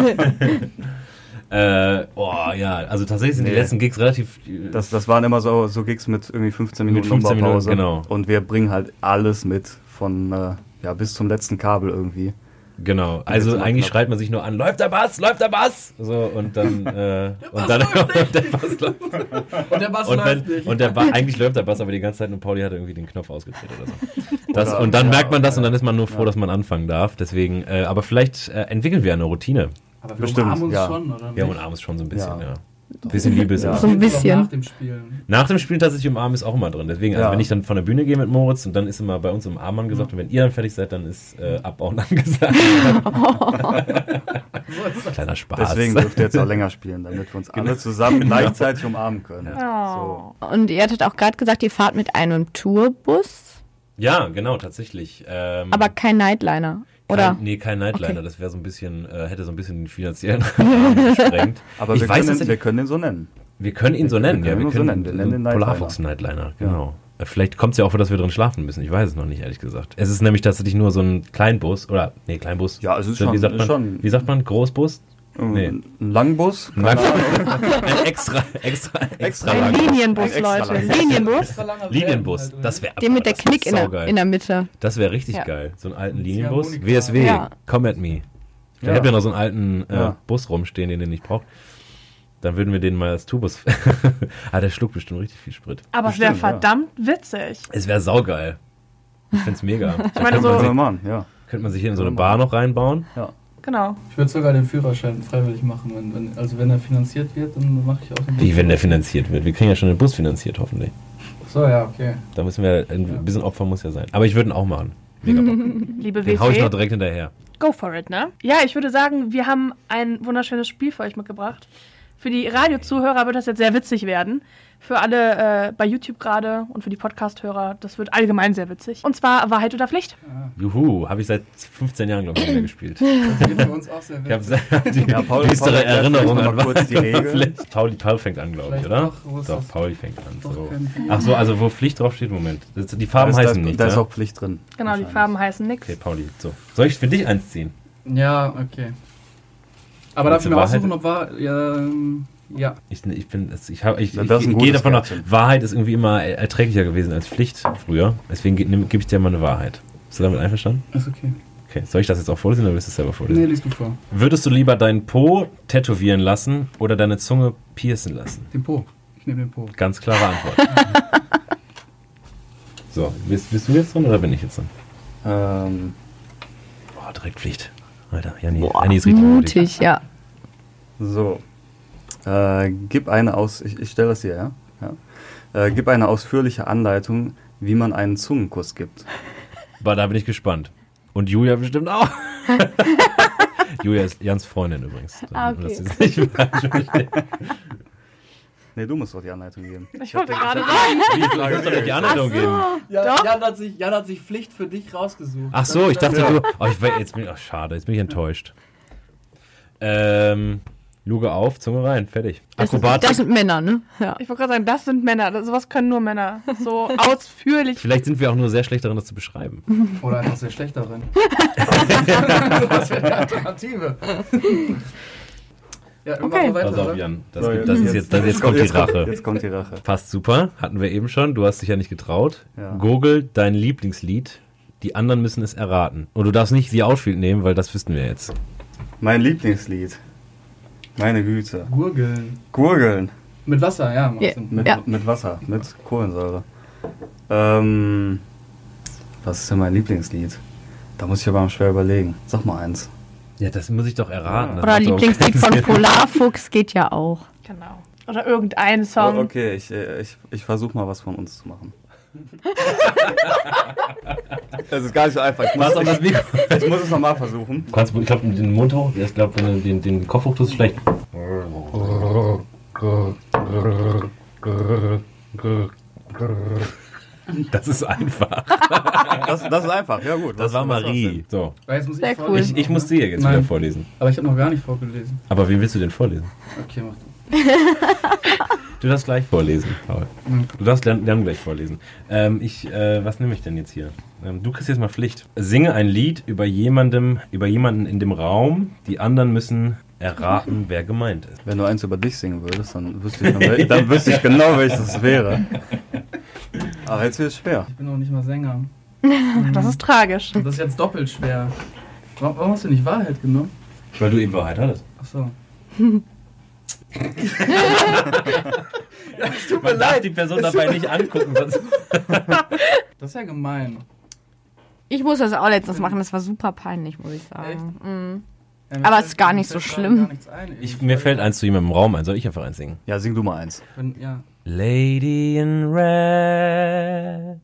Äh, oh ja, also tatsächlich sind die Nee. letzten Gigs relativ. Das, das waren immer so, so Gigs mit irgendwie fünfzehn Mit Minuten fünfzehn Minuten, Umbaupause. genau. Und wir bringen halt alles mit, von äh, ja, bis zum letzten Kabel irgendwie. Genau, also jetzt immer eigentlich knapp. schreit man sich nur an, läuft der Bass, läuft der Bass! So, und dann, äh, und dann, und der Bass läuft. Und der Bass Und, läuft wenn, nicht. und der ba eigentlich läuft der Bass aber die ganze Zeit und Pauli hat irgendwie den Knopf ausgedreht oder so. Das, Oder- und dann ja, merkt man das ja. und dann ist man nur froh, dass man anfangen darf. Deswegen, äh, aber vielleicht äh, entwickeln wir eine Routine. Aber wir Bestimmt, umarmen uns ja. schon, oder? Wir nicht? umarmen es schon so ein bisschen, ja. Ja. Ein bisschen Liebe ist Ja. immer. So ein Geht doch bisschen. Nach dem Spielen. Nach dem Spielen tatsächlich umarmen ist auch immer drin. Deswegen, also Ja. wenn ich dann von der Bühne gehe mit Moritz und dann ist immer bei uns umarmen angesagt und wenn ihr dann fertig seid, dann ist äh, abbauen angesagt. Kleiner Spaß. Deswegen dürft ihr jetzt auch länger spielen, damit wir uns alle zusammen gleichzeitig umarmen können. Oh. Und ihr hattet auch gerade gesagt, ihr fahrt mit einem Tourbus, Ja, genau, tatsächlich. Ähm, aber kein Nightliner, oder? Kein, nee, kein Nightliner. Okay. Das wäre so ein bisschen, äh, hätte so ein bisschen den finanziellen Rahmen gesprengt. Aber Ich wir, weiß können, tatsächlich- wir können den so nennen. Wir können ihn so Wir nennen, können ja. ihn Wir so können nennen. Wir nennen den Nightliner. Polarfuchs Nightliner, genau. Äh, Vielleicht kommt es ja auch vor, dass wir drin schlafen müssen. Ich weiß es noch nicht, ehrlich gesagt. Es ist nämlich tatsächlich nur so ein Kleinbus, oder, nee, Kleinbus. Ja, es ist So, schon- wie sagt ist man, schon- wie sagt man, Großbus? Nee. Ein Langbus? Ein, ein extra, extra, extra Ein lang. Linienbus, Extra Leute. lang. Linienbus. Extra langer Linienbus, Van halt, das wäre Den mit der Knick in der, in der Mitte. Das wäre richtig Ja. geil. So einen alten Mit Linienbus. Ziehharmonika. W S W, Ja. come at me. Ich Ja. habe ja noch so einen alten äh, Ja. Bus rumstehen, den ihr nicht braucht. Dann würden wir den mal als Tourbus. ah, der schluckt bestimmt richtig viel Sprit. Aber es wäre Bestimmt, ja. verdammt witzig. Es wäre saugeil. Ich find's mega. Ich meine, könnte, so- man Können wir sich, machen, ja. könnte man sich hier in so eine Bar noch reinbauen. ja. Genau. Ich würde sogar den Führerschein freiwillig machen. Wenn, wenn, also wenn er finanziert wird, dann mache ich auch den Wie, wenn der finanziert wird? Wir kriegen ja schon den Bus finanziert, hoffentlich. So, ja, okay. Da müssen wir, ein bisschen Opfer muss ja sein. Aber ich würde ihn auch machen. Mega Bock. Liebe Den hau ich noch W C, direkt hinterher. go for it, ne? Ja, ich würde sagen, wir haben ein wunderschönes Spiel für euch mitgebracht. Für die Radiozuhörer wird das jetzt sehr witzig werden. Für alle äh, bei YouTube gerade und für die Podcast-Hörer, das wird allgemein sehr witzig. Und zwar Wahrheit oder Pflicht. Juhu, habe ich seit fünfzehn Jahren, glaube ich, nicht mehr gespielt. Das geht für uns auch sehr Ich witzig. habe die Ja, Paul- düstere Paul erklärt Erinnerung vielleicht an noch mal kurz die Regeln. Vielleicht- Pauli, Paul fängt an, glaube ich, Vielleicht oder? doch, wo ist Doch, das? Pauli fängt an. Doch, So. kein Bier. Ach so, also wo Pflicht draufsteht, Moment. Das, die Farben da ist, heißen da, nicht, Da ist ja? auch Pflicht drin. Genau, die wahrscheinlich. Farben heißen nix. Okay, Pauli, so. Soll ich für dich eins ziehen? Ja, okay. Aber Willst darf ich du mir Wahrheit? aussuchen, ob wahr... Ja, ähm, ja. Ich, ich bin, es- ich, hab- ich, Ja, ich, das ist ein ich gehe gutes davon aus, Kärtchen. Wahrheit ist irgendwie immer er- erträglicher gewesen als Pflicht früher. Deswegen ge- nehm- gebe ich dir mal eine Wahrheit. Bist du damit einverstanden? Ist okay. Okay, soll ich das jetzt auch vorlesen oder willst du es selber vorlesen? Nee, liest du vor. Würdest du lieber deinen Po tätowieren lassen oder deine Zunge piercen lassen? Den Po. Ich nehme den Po. Ganz klare Antwort. So, bist, bist du jetzt dran oder bin ich jetzt dran? Ähm, Boah, direkt Pflicht. Alter, Janni, Boah, Janni ist richtig mutig. mutig, ja. so. Äh, gib eine aus... Ich, ich stelle das hier, ja? ja. Äh, gib eine ausführliche Anleitung, wie man einen Zungenkuss gibt. Aber da bin ich gespannt. Und Julia bestimmt auch. Julia ist Jans Freundin übrigens. Ah, okay. Das ist nicht falsch. Nee, du musst doch die Anleitung geben. Ich wollte gerade sagen. Wie, du musst doch nicht die Anleitung geben. Ja, Jan, hat sich, Jan hat sich Pflicht für dich rausgesucht. Ach so, ich dachte du... Oh, ich, war- jetzt bin ich... Ach, schade, jetzt bin ich enttäuscht. Ähm... Luge auf, Zunge rein, fertig. Das, sind, Akrobatik. das sind Männer, ne? Ja. Ich wollte gerade sagen, das sind Männer. Das, sowas können nur Männer. So ausführlich. Vielleicht sind wir auch nur sehr schlecht darin, das zu beschreiben. Oder einfach sehr schlecht darin. Das wäre die Alternative. Ja, Okay. okay. Weiter, Pass auf, oder? Jan. Das, So, gibt- das ist jetzt, das, jetzt kommt die jetzt Rache. Jetzt kommt die Rache. Passt super. Hatten wir eben schon. Du hast dich ja nicht getraut. Ja. Google dein Lieblingslied. Die anderen müssen es erraten. Und du darfst nicht The Outfield nehmen, weil das wüssten wir jetzt. Mein Lieblingslied. Meine Güte. Gurgeln. Gurgeln. Mit Wasser, ja. Macht Ja. Sinn. Mit, Ja. mit Wasser, mit Kohlensäure. Ähm, was ist denn mein Lieblingslied? Da muss ich aber mal schwer überlegen. Sag mal eins. Ja, das muss ich doch erraten. Das Oder macht doch Lieblingslied keinen von Sinn. Polarfuchs geht ja auch. Genau. Oder irgendein Song. Oh, okay, ich, äh, ich, ich versuche mal was von uns zu machen. Das ist gar nicht so einfach. Ich muss, Pass auf das Mikro. ich muss es nochmal versuchen. Du kannst, ich glaube, den Mund hoch. Ich glaube, wenn du den, den Kopf hoch tust, ist schlecht. Das ist einfach. Das, das ist einfach, ja gut. Das Was- war was war's Marie. So. Weil jetzt muss Sehr ich cool. vorlesen. Ich, ich muss dir jetzt Nein. wieder vorlesen. Aber ich habe noch gar nicht vorgelesen. Aber wie willst du denn vorlesen? Okay, mach du. Du darfst gleich vorlesen, Paul. Mhm. Du darfst lernen, lernen gleich vorlesen. Ähm, ich, äh, was nehme ich denn jetzt hier? Ähm, du kriegst jetzt mal Pflicht. Singe ein Lied über jemandem, über jemanden in dem Raum. Die anderen müssen erraten, wer gemeint ist. Wenn du eins über dich singen würdest, dann wüsste ich, wel- dann wüsste ich genau, welches das wäre. Aber jetzt wird es schwer. Ich bin noch nicht mal Sänger. Das ist tragisch. Das ist jetzt doppelt schwer. Warum, warum hast du nicht Wahrheit genommen? Weil du eben Wahrheit hattest. Achso. Man darf die Person dabei nicht angucken, sonst... Das ist ja gemein. Ich muss das auch letztens machen, das war super peinlich, muss ich sagen. Mhm. Ja, mir Aber fällt- es ist gar mir nicht so fällt schlimm. gar nichts ein, Ich, irgendwie. mir fällt eins zu jemandem im Raum ein. Soll ich einfach eins singen? Ja, sing du mal eins. Wenn, ja. Lady in Red.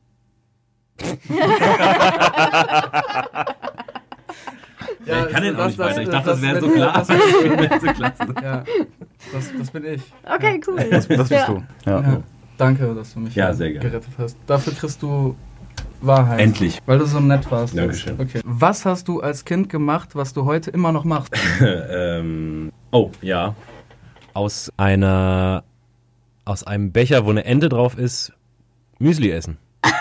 Ja, ich kann den auch nicht weiter. Ich dachte, das wäre so klar. Das, Ich bin mir so klar. ja, das, das bin ich. Okay, cool. Das, das bist Ja. du. Ja. Ja. Danke, dass du mich Ja, hier sehr gerne. gerettet hast. Dafür kriegst du Wahrheit. Endlich. Weil du so nett warst. Dankeschön. Okay. Was hast du als Kind gemacht, was du heute immer noch machst? ähm, oh, ja. Aus einer, aus einem Becher, wo eine Ente drauf ist, Müsli essen.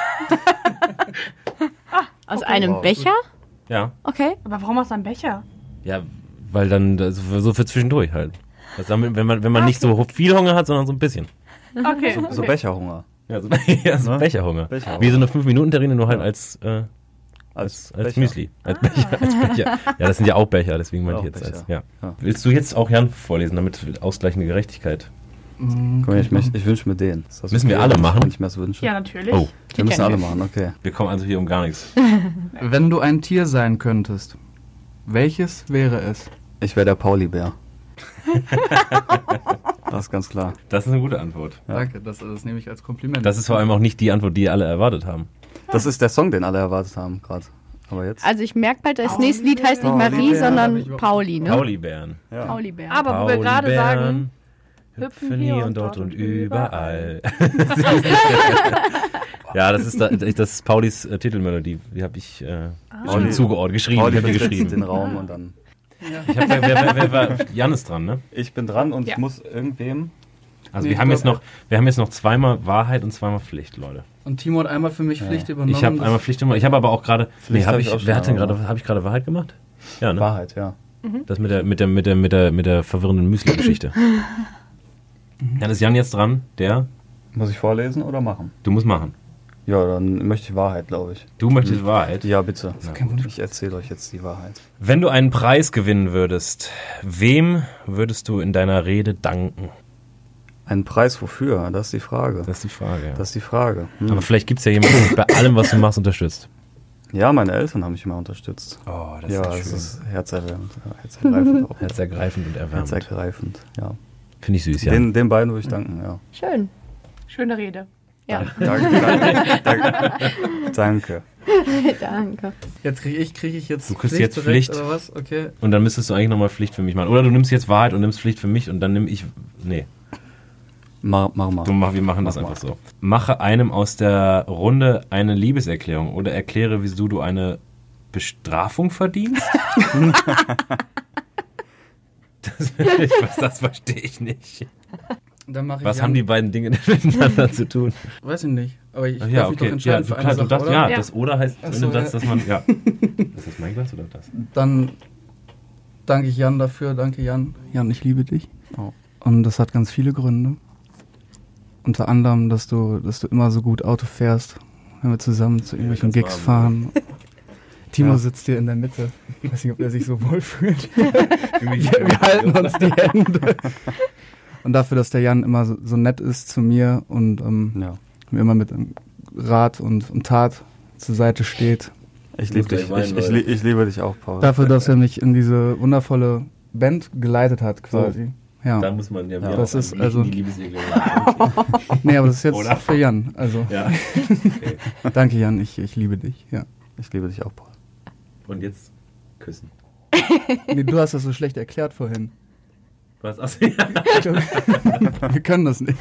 Aus einem wow. Becher? Ja. Okay. Aber warum aus einem Becher? Ja, weil dann das- so für zwischendurch halt. Das damit, wenn man, wenn man nicht so viel Hunger hat, sondern so ein bisschen. Okay. So, so okay. Becherhunger. Ja, so, ja, so Ne? Becherhunger. Becherhunger. Wie so eine fünf minuten terrine nur halt als, äh, Als, als, als Becher. Müsli. Als Becher, als Becher. Ja, das sind ja auch Becher, deswegen meinte ich Auch jetzt als. Becher. Ja. Ja. Willst du jetzt auch Jan vorlesen, damit ausgleichende Gerechtigkeit? Mm, Guck mal, ich, mich- ich wünsche mir den. Ist das Müssen wir okay, alle wenn ich machen? Nicht mehr das wünsche. Ja, natürlich. Oh, Wir müssen kennen alle wir. machen, okay. wir kommen also hier um gar nichts. Wenn du ein Tier sein könntest, welches wäre es? Ich wäre der Pauli-Bär. Das ist ganz klar. Das ist eine gute Antwort. Ja. Danke, das, das nehme ich als Kompliment. Das ist vor allem auch nicht die Antwort, die alle erwartet haben. Das ist der Song, den alle erwartet haben gerade. Aber jetzt? Also ich merke bald, das nächste Lied heißt nicht Pauli Marie, Bär. sondern Pauli, ne? Pauli-Bären. Ja. Pauli Bär. Aber wo wir gerade sagen, Hüpfen hier und dort und überall. Ja, das ist, da, das ist Paulis äh, Titelmelodie. Die habe ich äh, Ah. schon zugeordnet, geschrieben. Pauli Ich habe die besetzt geschrieben. den Raum und dann. Ich hab, wer, wer, wer, wer war? Jan ist dran, ne? Ich bin dran und Ja. ich muss irgendwem. Also Nee, wir ich haben glaub, jetzt noch, wir haben jetzt noch zweimal Wahrheit und zweimal Pflicht, Leute. Und Timo hat einmal für mich Ja. Pflicht übernommen. Ich habe das- einmal Pflicht gemacht. Ich habe aber auch gerade. Nee, Pflicht habe hab ich ich. auch schon Wer hat denn einmal gerade? Habe ich gerade Wahrheit gemacht? Ja, ne? Wahrheit, ja. Das mit der, mit der, mit der, mit der, mit der verwirrenden Müsli-Geschichte. Dann ist Jan jetzt dran. Der. Muss ich vorlesen oder machen? Du musst machen. Ja, dann möchte ich Wahrheit, glaube ich. Du möchtest Wahrheit. Ja, bitte. Na kein gut. Ich erzähle euch jetzt die Wahrheit. Wenn du einen Preis gewinnen würdest, wem würdest du in deiner Rede danken? Einen Preis wofür? Das ist die Frage. Das ist die Frage. Ja. Das ist die Frage. Hm. Aber vielleicht gibt es ja jemanden, der dich bei allem, was du machst, unterstützt. Ja, meine Eltern haben mich immer unterstützt. Oh, das ja, ist es ja schön. ist herzerwärmend. Ja, herzergreifend auch. Herzergreifend und erwärmend. Herzergreifend, ja. Finde ich süß, ja. Den, den beiden würde ich danken, ja. Schön. Schöne Rede. Ja, Danke, danke, danke. Danke. danke. Jetzt kriege ich, krieg ich jetzt Du kriegst jetzt direkt, Pflicht. oder was? Okay. Und dann müsstest du eigentlich nochmal Pflicht für mich machen. Oder du nimmst jetzt Wahrheit und nimmst Pflicht für mich und dann nimm ich. Nee, Mach, mach mal. du mach, wir machen das Mach einfach so. Mache einem aus der Runde eine Liebeserklärung oder erkläre, wieso du eine Bestrafung verdienst. das, ich, was, das verstehe ich nicht. Dann mache ich Was Jan. haben die beiden Dinge denn miteinander zu tun? Weiß ich nicht. Aber ich Ach darf ja, mich doch okay. Ja, entscheiden du, für eine klar, du Sache, darfst, oder? ja, Ja. das oder heißt Ach in so, dem Satz, ja. dass man. Ja. Ist das mein Glas oder das? Dann danke ich Jan dafür. Danke Jan. Jan, ich liebe dich. Oh. Und das hat ganz viele Gründe. Unter anderem, dass du, dass du immer so gut Auto fährst, wenn wir zusammen zu irgendwelchen ganz Gigs warm, fahren. Timo Ja. sitzt hier in der Mitte. Ich weiß nicht, ob er sich so wohl fühlt. Irgendwie- Wir, wir halten uns die Hände. Und dafür, dass der Jan immer so, so nett ist zu mir und ähm, Ja. mir immer mit ähm, Rat und, und Tat zur Seite steht. Ich muss liebe gleich dich. weinen, Ich, ich, Leute. lie- ich liebe dich auch, Paul. Dafür, dass er mich in diese wundervolle Band geleitet hat, quasi. Ja. Da muss man ja, Ja, ja das auch ist ein- also- die Liebeserklärung. Nee, aber das ist jetzt Oder? für Jan. Also, Ja. Okay. danke Jan, ich, ich liebe dich. Ja. Ich liebe dich auch, Paul. Und jetzt küssen. Nee, du hast das so schlecht erklärt vorhin. Was? Achso, ja. Wir können das nicht.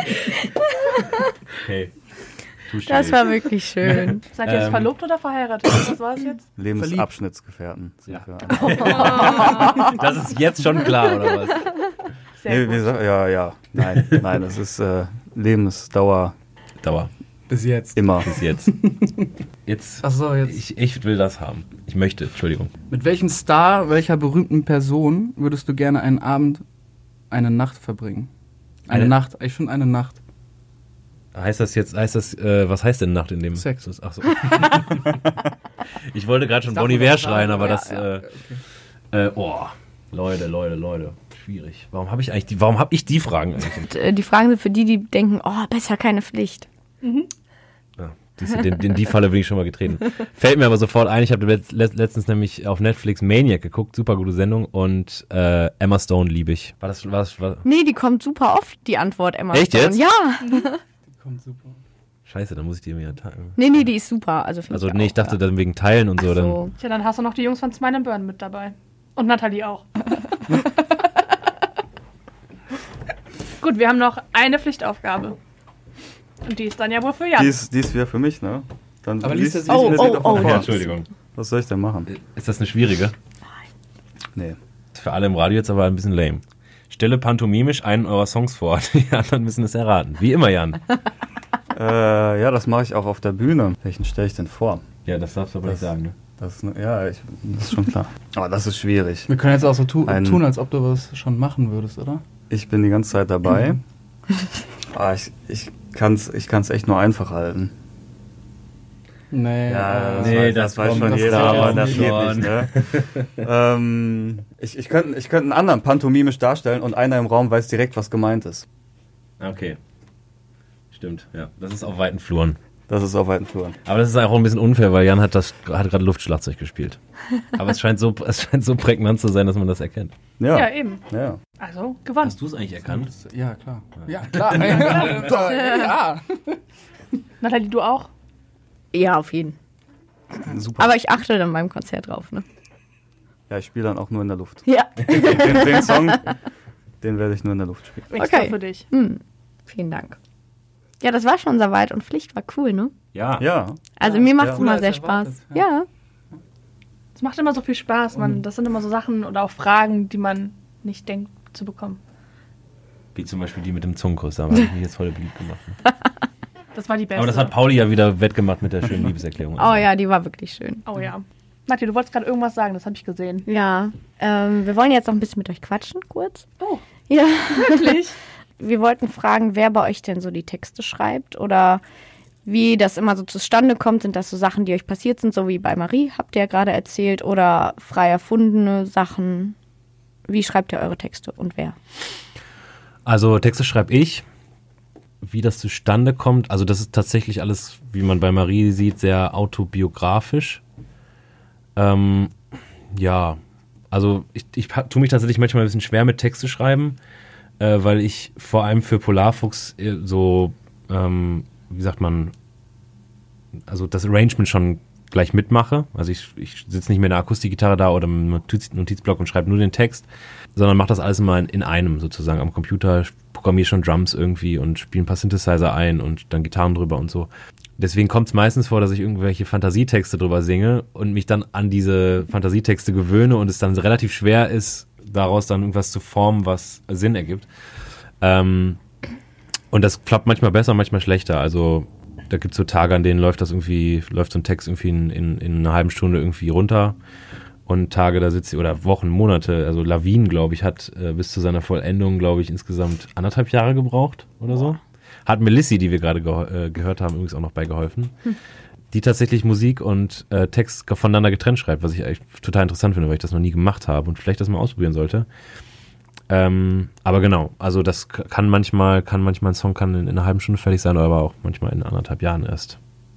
Okay. Tu Das schwierig. war wirklich schön. Seid ihr jetzt Ähm. verlobt oder verheiratet? Was war es jetzt? Lebensabschnittsgefährten. sind Ja. wir. Das ist jetzt schon klar, oder was? Sehr Nee, gut. wir sagen, ja, ja. Nein, nein, das ist äh, Lebensdauer Dauer. Bis jetzt. immer. Bis jetzt. Jetzt. Ach so, jetzt. Ich, ich will das haben. Ich möchte, Entschuldigung. Mit welchem Star, welcher berühmten Person würdest du gerne einen Abend, eine Nacht verbringen? Eine, Eine- Nacht, ich finde eine Nacht. Heißt das jetzt, heißt das, äh, was heißt denn Nacht in dem? Sex. Das- Ach so. Ich wollte gerade schon Das darf Bon man Iver doch sagen. schreien, aber Ja, das, ja, äh, äh, oh, Leute, Leute, Leute. Schwierig. Warum habe ich eigentlich die, warum habe ich die Fragen eigentlich? Und, äh, die Fragen sind für die, die denken, oh, besser keine Pflicht. Ja, siehst du, den, in die Falle bin ich schon mal getreten. Fällt mir aber sofort ein, ich habe letzt, letztens nämlich auf Netflix Maniac geguckt, super gute Sendung und äh, Emma Stone liebe ich. War das, war das, war, Nee, die kommt super oft, die Antwort, Emma Echt Stone. jetzt? Ja. Kommt super. scheiße, dann muss ich die mir teilen. Nee, nee, die ist super. Also, find Also ich nee, auch, ich dachte ja. dann wegen Teilen und so. Ach Dann, so. Tja, dann hast du noch die Jungs von Smile and Burn mit dabei. Und Nathalie auch. Gut, wir haben noch eine Pflichtaufgabe. Und die ist dann ja wohl für Jan. Die ist, die ist wieder für mich, ne? Dann Aber liest er sich- lies Oh, mir oh, die doch oh, mal vor. ja, Entschuldigung. Was soll ich denn machen? Ist das eine schwierige? Nee. Ist für alle im Radio jetzt aber ein bisschen lame. Stelle pantomimisch einen eurer Songs vor. Die anderen müssen es erraten. Wie immer, Jan. Äh, ja, das mache ich auch auf der Bühne. Welchen stelle ich denn vor? Ja, das darfst du aber Das- nicht sagen, ne? Das ist, ne, ja, ich, das ist schon klar. Aber das ist schwierig. Wir können jetzt auch so tu Ein- tun, als ob du was schon machen würdest, oder? Ich bin die ganze Zeit dabei. Ah, ich ich kann es ich kann's echt nur einfach halten. Nee. Ja, das, Nee, weiß, das das weiß kommt- schon das jeder, zählt aber jetzt das nicht. geht nicht. Ne? ähm, ich ich könnte ich könnt einen anderen pantomimisch darstellen und einer im Raum weiß direkt, was gemeint ist. Okay. Stimmt, ja. Das ist auf weiten Fluren. Das ist auf weiten Fluren. Aber das ist auch ein bisschen unfair, weil Jan hat das hat gerade Luftschlagzeug gespielt. Aber es scheint so es scheint so prägnant zu sein, dass man das erkennt. Ja, Ja, ja. eben. ja. Also, gewonnen. Hast du es eigentlich erkannt? Ja, klar. Ja, klar. Ja, ja. Nathalie, du auch? Ja, auf jeden. Super. Aber ich achte dann beim Konzert drauf, ne? ja, ich spiele dann auch nur in der Luft. Ja. Den, den Song, Den werde ich nur in der Luft spielen. Extra Okay. für dich. Hm. Vielen Dank. Ja, das war schon soweit und Pflicht war cool, ne? Ja. Ja. Also Ja, mir macht ja. es immer Cooler sehr als Spaß. erwartet, Ja. ja. Es macht immer so viel Spaß. Man, das sind immer so Sachen oder auch Fragen, die man nicht denkt zu bekommen. Wie zum Beispiel die mit dem Zungenkuss, da habe ich mich jetzt voll beliebt gemacht. Das war die beste. Aber das hat Pauli ja wieder wettgemacht mit der schönen Liebeserklärung. Oh ja, die war wirklich schön. Oh ja. Matti, du wolltest gerade irgendwas sagen, das habe ich gesehen. Ja, ähm, wir wollen jetzt noch ein bisschen mit euch quatschen, kurz. Oh, Ja. wirklich? Wir wollten fragen, wer bei euch denn so die Texte schreibt oder wie das immer so zustande kommt. Sind das so Sachen, die euch passiert sind, so wie bei Marie, habt ihr ja gerade erzählt, oder frei erfundene Sachen? Wie schreibt ihr eure Texte und wer? Also Texte schreibe ich. Wie das zustande kommt, also das ist tatsächlich alles, wie man bei Marie sieht, sehr autobiografisch. Ähm, ja, also ich, ich tue mich tatsächlich manchmal ein bisschen schwer mit Texte schreiben, äh, weil ich vor allem für Polarfuchs so, ähm, wie sagt man, also das Arrangement schon gleich mitmache. Also ich, ich sitze nicht mit einer Akustikgitarre da oder mit einem Notiz, Notizblock und schreibe nur den Text, sondern mache das alles immer in, in einem sozusagen am Computer, programmiere schon Drums irgendwie und spiele ein paar Synthesizer ein und dann Gitarren drüber und so. Deswegen kommt es meistens vor, dass ich irgendwelche Fantasietexte drüber singe und mich dann an diese Fantasietexte gewöhne und es dann relativ schwer ist, daraus dann irgendwas zu formen, was Sinn ergibt. Ähm, und das klappt manchmal besser, manchmal schlechter. Also da gibt es so Tage, an denen läuft das irgendwie, läuft so ein Text irgendwie in, in, in einer halben Stunde irgendwie runter. Und Tage, da sitzt sie, oder Wochen, Monate, also Lawin, glaube ich, hat äh, bis zu seiner Vollendung, glaube ich, insgesamt anderthalb Jahre gebraucht oder so. Hat Melissi, die wir gerade ge- äh, gehört haben, übrigens auch noch bei geholfen. Hm. Die tatsächlich Musik und äh, Text voneinander getrennt schreibt, was ich eigentlich total interessant finde, weil ich das noch nie gemacht habe und vielleicht das mal ausprobieren sollte. Ähm, aber genau, also das kann manchmal, kann manchmal ein Song kann in, in einer halben Stunde fertig sein, aber auch manchmal in anderthalb Jahren erst.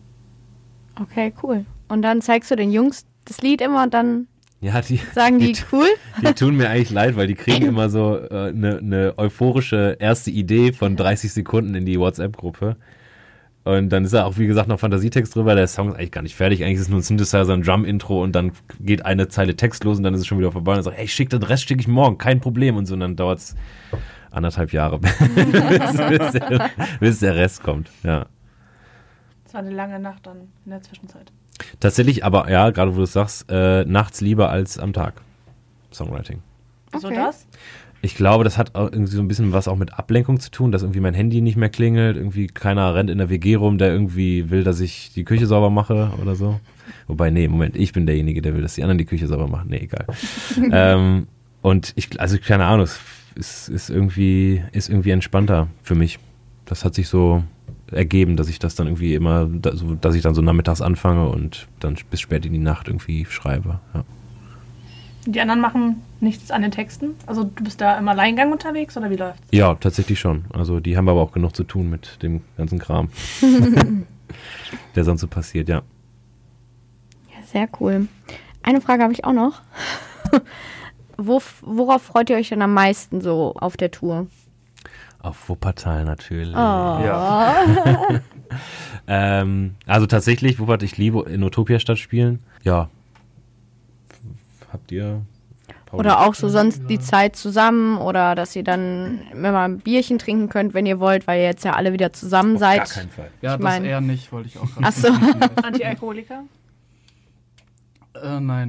Okay, cool. Und dann zeigst du den Jungs das Lied immer und dann Ja, die, sagen die, die cool? Die tun mir eigentlich leid, weil die kriegen immer so eine äh, ne euphorische erste Idee von dreißig Sekunden in die WhatsApp-Gruppe. Und dann ist da auch, wie gesagt, noch Fantasietext drüber. Der Song ist eigentlich gar nicht fertig. Eigentlich ist es nur ein Synthesizer, ein Drum-Intro und dann geht eine Zeile Text los und dann ist es schon wieder vorbei. Und dann sagt, ey, schick den Rest schicke ich morgen, kein Problem. Und so, und dann dauert es anderthalb Jahre, bis, bis, der, bis der Rest kommt. Ja. Das war eine lange Nacht dann in der Zwischenzeit. Tatsächlich, aber ja, gerade wo du es sagst, äh, nachts lieber als am Tag. Songwriting. Wieso Okay. das? Ich glaube, das hat auch irgendwie so ein bisschen was auch mit Ablenkung zu tun, dass irgendwie mein Handy nicht mehr klingelt, irgendwie keiner rennt in der W G rum, der irgendwie will, dass ich die Küche sauber mache oder so. Wobei, nee, Moment, ich bin derjenige, der will, dass die anderen die Küche sauber machen. Nee, egal. ähm, und ich, also keine Ahnung, es ist, ist, irgendwie, ist irgendwie entspannter für mich. Das hat sich so ergeben, dass ich das dann irgendwie immer, dass ich dann so nachmittags anfange und dann bis spät in die Nacht irgendwie schreibe. Ja. Die anderen machen nichts an den Texten? Also du bist da im Alleingang unterwegs oder wie läuft's? Ja, tatsächlich schon. Also die haben aber auch genug zu tun mit dem ganzen Kram, der sonst so passiert, ja. Ja, sehr cool. Eine Frage habe ich auch noch. Wo, worauf freut ihr euch denn am meisten so auf der Tour? Auf Wuppertal natürlich. Oh. Ja. ähm, also tatsächlich, Wuppertal, ich liebe in Utopia-Stadt spielen. Ja. Habt ihr... Pauli? Oder auch so sonst die Zeit zusammen oder dass ihr dann immer ein Bierchen trinken könnt, wenn ihr wollt, weil ihr jetzt ja alle wieder zusammen Auf seid. gar keinen Fall. Ja, Ich das mein- eher nicht, wollte ich auch gerade Ach so. Antialkoholiker? Äh, nein.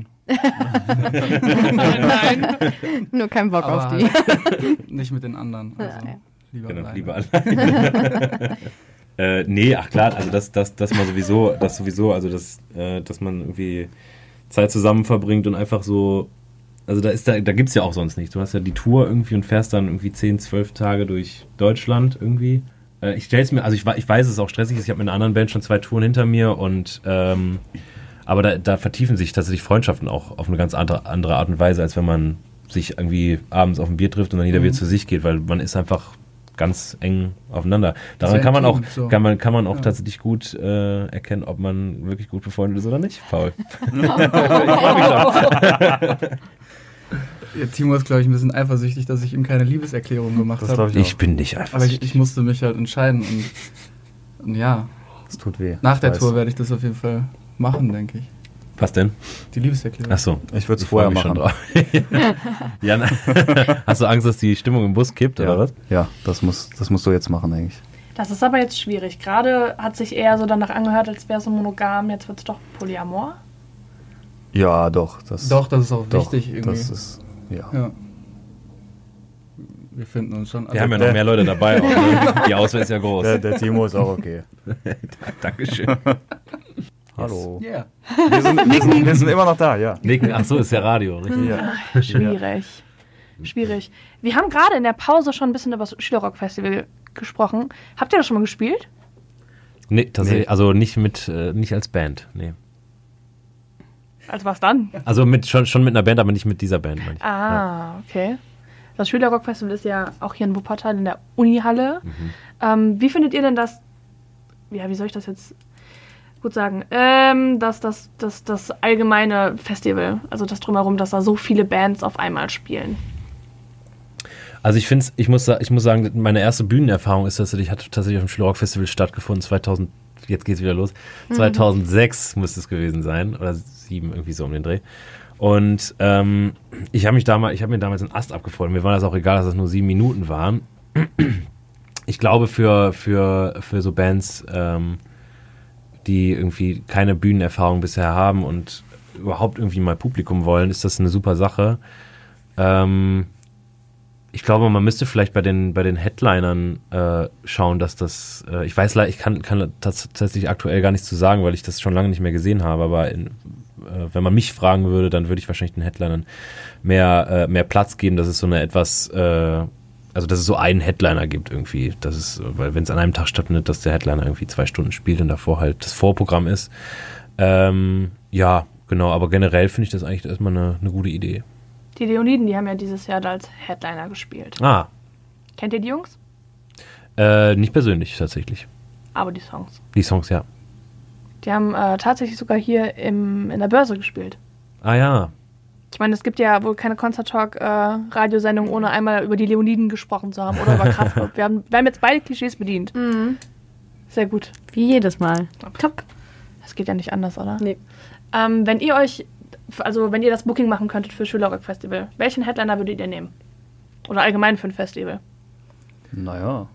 Nein. Nur kein Bock Aber auf die. halt nicht mit den anderen. Also Ja, ja. lieber Genau, alleine. lieber alleine. äh, nee, ach klar, also das, das, das mal sowieso, das sowieso, also das, äh, dass man irgendwie Zeit zusammen verbringt und einfach so, also da ist da, da gibt's ja auch sonst nichts. Du hast ja die Tour irgendwie und fährst dann irgendwie zehn, zwölf Tage durch Deutschland irgendwie. Äh, ich stell's mir, also ich, ich weiß, es ist auch stressig, ich habe mit einer anderen Band schon zwei Touren hinter mir und ähm, aber da, da vertiefen sich tatsächlich Freundschaften auch auf eine ganz andere, andere Art und Weise, als wenn man sich irgendwie abends auf ein Bier trifft und dann jeder Mhm. wieder zu sich geht, weil man ist einfach ganz eng aufeinander. Daran Sehr kann man auch, intim, so. kann man, kann man auch Ja. tatsächlich gut äh, erkennen, ob man wirklich gut befreundet ist oder nicht, Paul. Ich freu mich doch. Ja, Timo ist, glaube ich, ein bisschen eifersüchtig, dass ich ihm keine Liebeserklärung gemacht Das habe. glaub ich auch. Ich bin nicht Aber ich, eifersüchtig. ich musste mich halt entscheiden. Und, und ja, Das tut weh. nach ich der weiß. Tour werde ich das auf jeden Fall machen, denke ich. Was denn? Die Liebeserklärung. Ach so. Ich würde es Ich freu vorher mich schon machen. drauf. Ja, na, hast du Angst, dass die Stimmung im Bus kippt, oder Ja, was? ja das, muss, das musst du jetzt machen, eigentlich. Das ist aber jetzt schwierig. Gerade hat sich eher so danach angehört, als wäre es so monogam. Jetzt wird es doch Polyamor. Ja, doch. Das, Doch, das ist auch doch, wichtig irgendwie. Das ist, ja. Ja. Wir finden uns schon. Wir haben ja noch mehr Leute dabei. Auch, ne? Die Auswahl ist ja groß. Der, der Timo ist auch okay. Dankeschön. Hallo. Yeah. Wir sind, wir, sind, wir sind immer noch da, ja. Nicken, ach so, ist ja Radio, richtig? ja. Schwierig. Schwierig. Wir haben gerade in der Pause schon ein bisschen über das Schülerrock-Festival gesprochen. Habt ihr das schon mal gespielt? Nee, tatsächlich, Nee. also nicht mit, äh, nicht als Band, nee. Also was dann? Also mit, schon, schon mit einer Band, aber nicht mit dieser Band, meine ich. Ah, okay. Das Schülerrock-Festival ist ja auch hier in Wuppertal in der Unihalle. Mhm. Ähm, wie findet ihr denn das, ja, wie soll ich das jetzt gut sagen, ähm, das, das, das, das allgemeine Festival, also das Drumherum, dass da so viele Bands auf einmal spielen? Also ich finde ich muss, sa- ich muss sagen, meine erste Bühnenerfahrung ist tatsächlich, hat tatsächlich auf dem Schülerrock-Festival stattgefunden, zweitausend, jetzt geht's wieder los, zweitausendsechs müsste es gewesen sein, oder sieben, irgendwie so um den Dreh. Und ähm, ich habe mich damals, ich habe mir damals einen Ast abgefreut. Mir war das auch egal, dass das nur sieben Minuten waren. Ich glaube, für, für, für so Bands, ähm, die irgendwie keine Bühnenerfahrung bisher haben und überhaupt irgendwie mal Publikum wollen, ist das eine super Sache. Ähm, ich glaube, man müsste vielleicht bei den, bei den Headlinern äh, schauen, dass das, äh, ich weiß leider, ich kann, kann das tatsächlich aktuell gar nichts zu sagen, weil ich das schon lange nicht mehr gesehen habe, aber in, äh, wenn man mich fragen würde, dann würde ich wahrscheinlich den Headlinern mehr, äh, mehr Platz geben, dass es so eine etwas, äh, also dass es so einen Headliner gibt irgendwie, das ist, weil wenn es an einem Tag stattfindet, dass der Headliner irgendwie zwei Stunden spielt und davor halt das Vorprogramm ist. Ähm, ja, genau, aber generell finde ich das eigentlich erstmal eine, eine gute Idee. Die Leoniden, die haben ja dieses Jahr da als Headliner gespielt. Ah, Kennt ihr die Jungs? äh, nicht persönlich tatsächlich. Aber die Songs. Die Songs, ja. Die haben äh, tatsächlich sogar hier im, in der Börse gespielt. Ah ja, Ich meine, es gibt ja wohl keine Concert-Talk-Radiosendung, ohne einmal über die Leoniden gesprochen zu haben oder über Kraftklub. Wir haben, wir haben jetzt beide Klischees bedient. Mhm. Sehr gut. Wie jedes Mal. Top. Das geht ja nicht anders, oder? Nee. Ähm, wenn ihr euch, also wenn ihr das Booking machen könntet für Schülerrock Festival, welchen Headliner würdet ihr nehmen? Oder allgemein für ein Festival? Naja.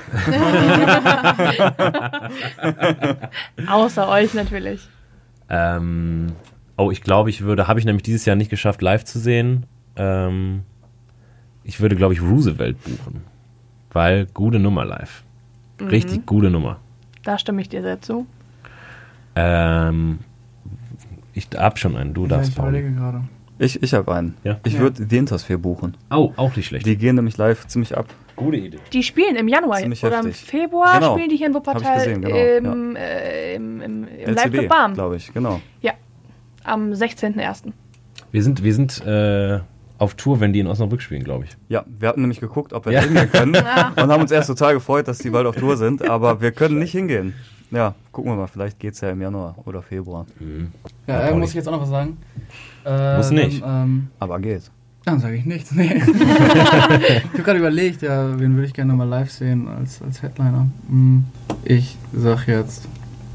Außer euch natürlich. ähm, oh, ich glaube, ich würde, habe ich nämlich dieses Jahr nicht geschafft, live zu sehen. Ähm, ich würde, glaube ich, Roosevelt buchen. Weil, gute Nummer live. Richtig gute Nummer. Da stimme ich dir sehr zu. Ähm, ich hab schon einen, du Ja, darfst, ich Paul. überlege gerade. Ich, ich habe einen. Ja. Ich Ja. würde die Intersphere buchen. Oh, auch nicht schlecht. Die gehen nämlich live ziemlich ab. Gute Idee. Die spielen im Januar Ziemlich oder im heftig. Februar Genau. spielen die hier in Wuppertal Hab ich gesehen, genau, im, äh, im, im, im L C B, Live-Club Barm. glaube ich, genau. Ja, am sechzehnten ersten Wir sind, wir sind äh, auf Tour, wenn die in Osnabrück spielen, glaube ich. Ja, wir hatten nämlich geguckt, ob wir Ja. hingehen können und haben uns erst total gefreut, dass die bald auf Tour sind, aber wir können nicht hingehen. Ja, gucken wir mal, vielleicht geht es ja im Januar oder Februar. Ja, Ja, äh, Pauli. muss ich jetzt auch noch was sagen? Äh, Muss nicht. Dann, ähm, Aber geht. dann sage ich nichts. Nee. Ich habe gerade überlegt, ja, wen würde ich gerne mal live sehen als, als Headliner? Hm, Ich sag jetzt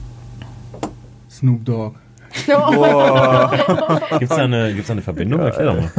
Snoop Dogg. Boah. Gibt's da eine, gibt's da eine Verbindung? Erklär doch mal.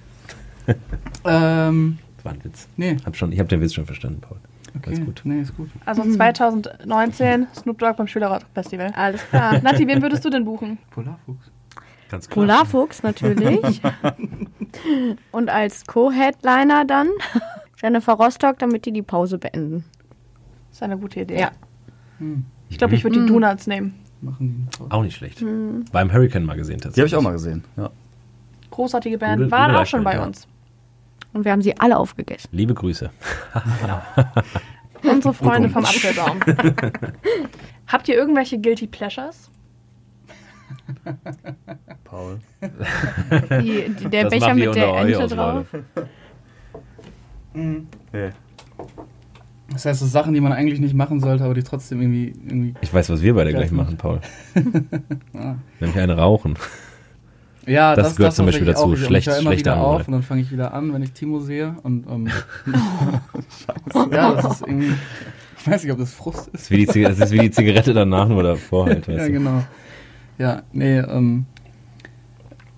Ähm, Das war ein Witz. nee, Hab schon, ich habe den Witz schon verstanden, Paul. okay. Alles gut. Nee, ist gut. Also zwanzig neunzehn Snoop Dogg beim Schülerrock Festival. Alles klar. Nati, wen würdest du denn buchen? Polarfuchs. Ganz klar. Polarfuchs natürlich. Und als Co-Headliner dann Jennifer Rostock, damit die die Pause beenden. Das ist eine gute Idee. Ja. Hm, Ich glaube, ich würde die Donuts nehmen. machen die. Auch nicht schlecht. Beim Hurricane mal gesehen tatsächlich. Die habe ich auch mal gesehen. Ja. Großartige Band. Gute- Waren gute auch schon bei Liveband, ja. uns. Und wir haben sie alle aufgegessen. Liebe Grüße. Unsere Freunde vom Apfelbaum. Habt ihr irgendwelche Guilty Pleasures? Paul. Die, die, der Das Becher macht ihr mit der unter euch Ente aus, drauf. Leute. Nee. Das heißt, so Sachen, die man eigentlich nicht machen sollte, aber die trotzdem irgendwie. irgendwie Ich weiß, was wir beide Ja, gleich gut. machen, Paul. ah. Nämlich eine rauchen. Ja, Das das, gehört das zum Beispiel tatsächlich dazu. auch. Schlecht- ich höre immer schlechte wieder auf Angewohnheit. und dann fange ich wieder an, wenn ich Timo sehe. Und ähm, ja, das ist irgendwie. Ich weiß nicht, ob das Frust Das ist. ist wie die, Zig- das ist wie die Zigarette danach, nur davor halt. Weißt Ja, du. genau. Ja, nee, ähm,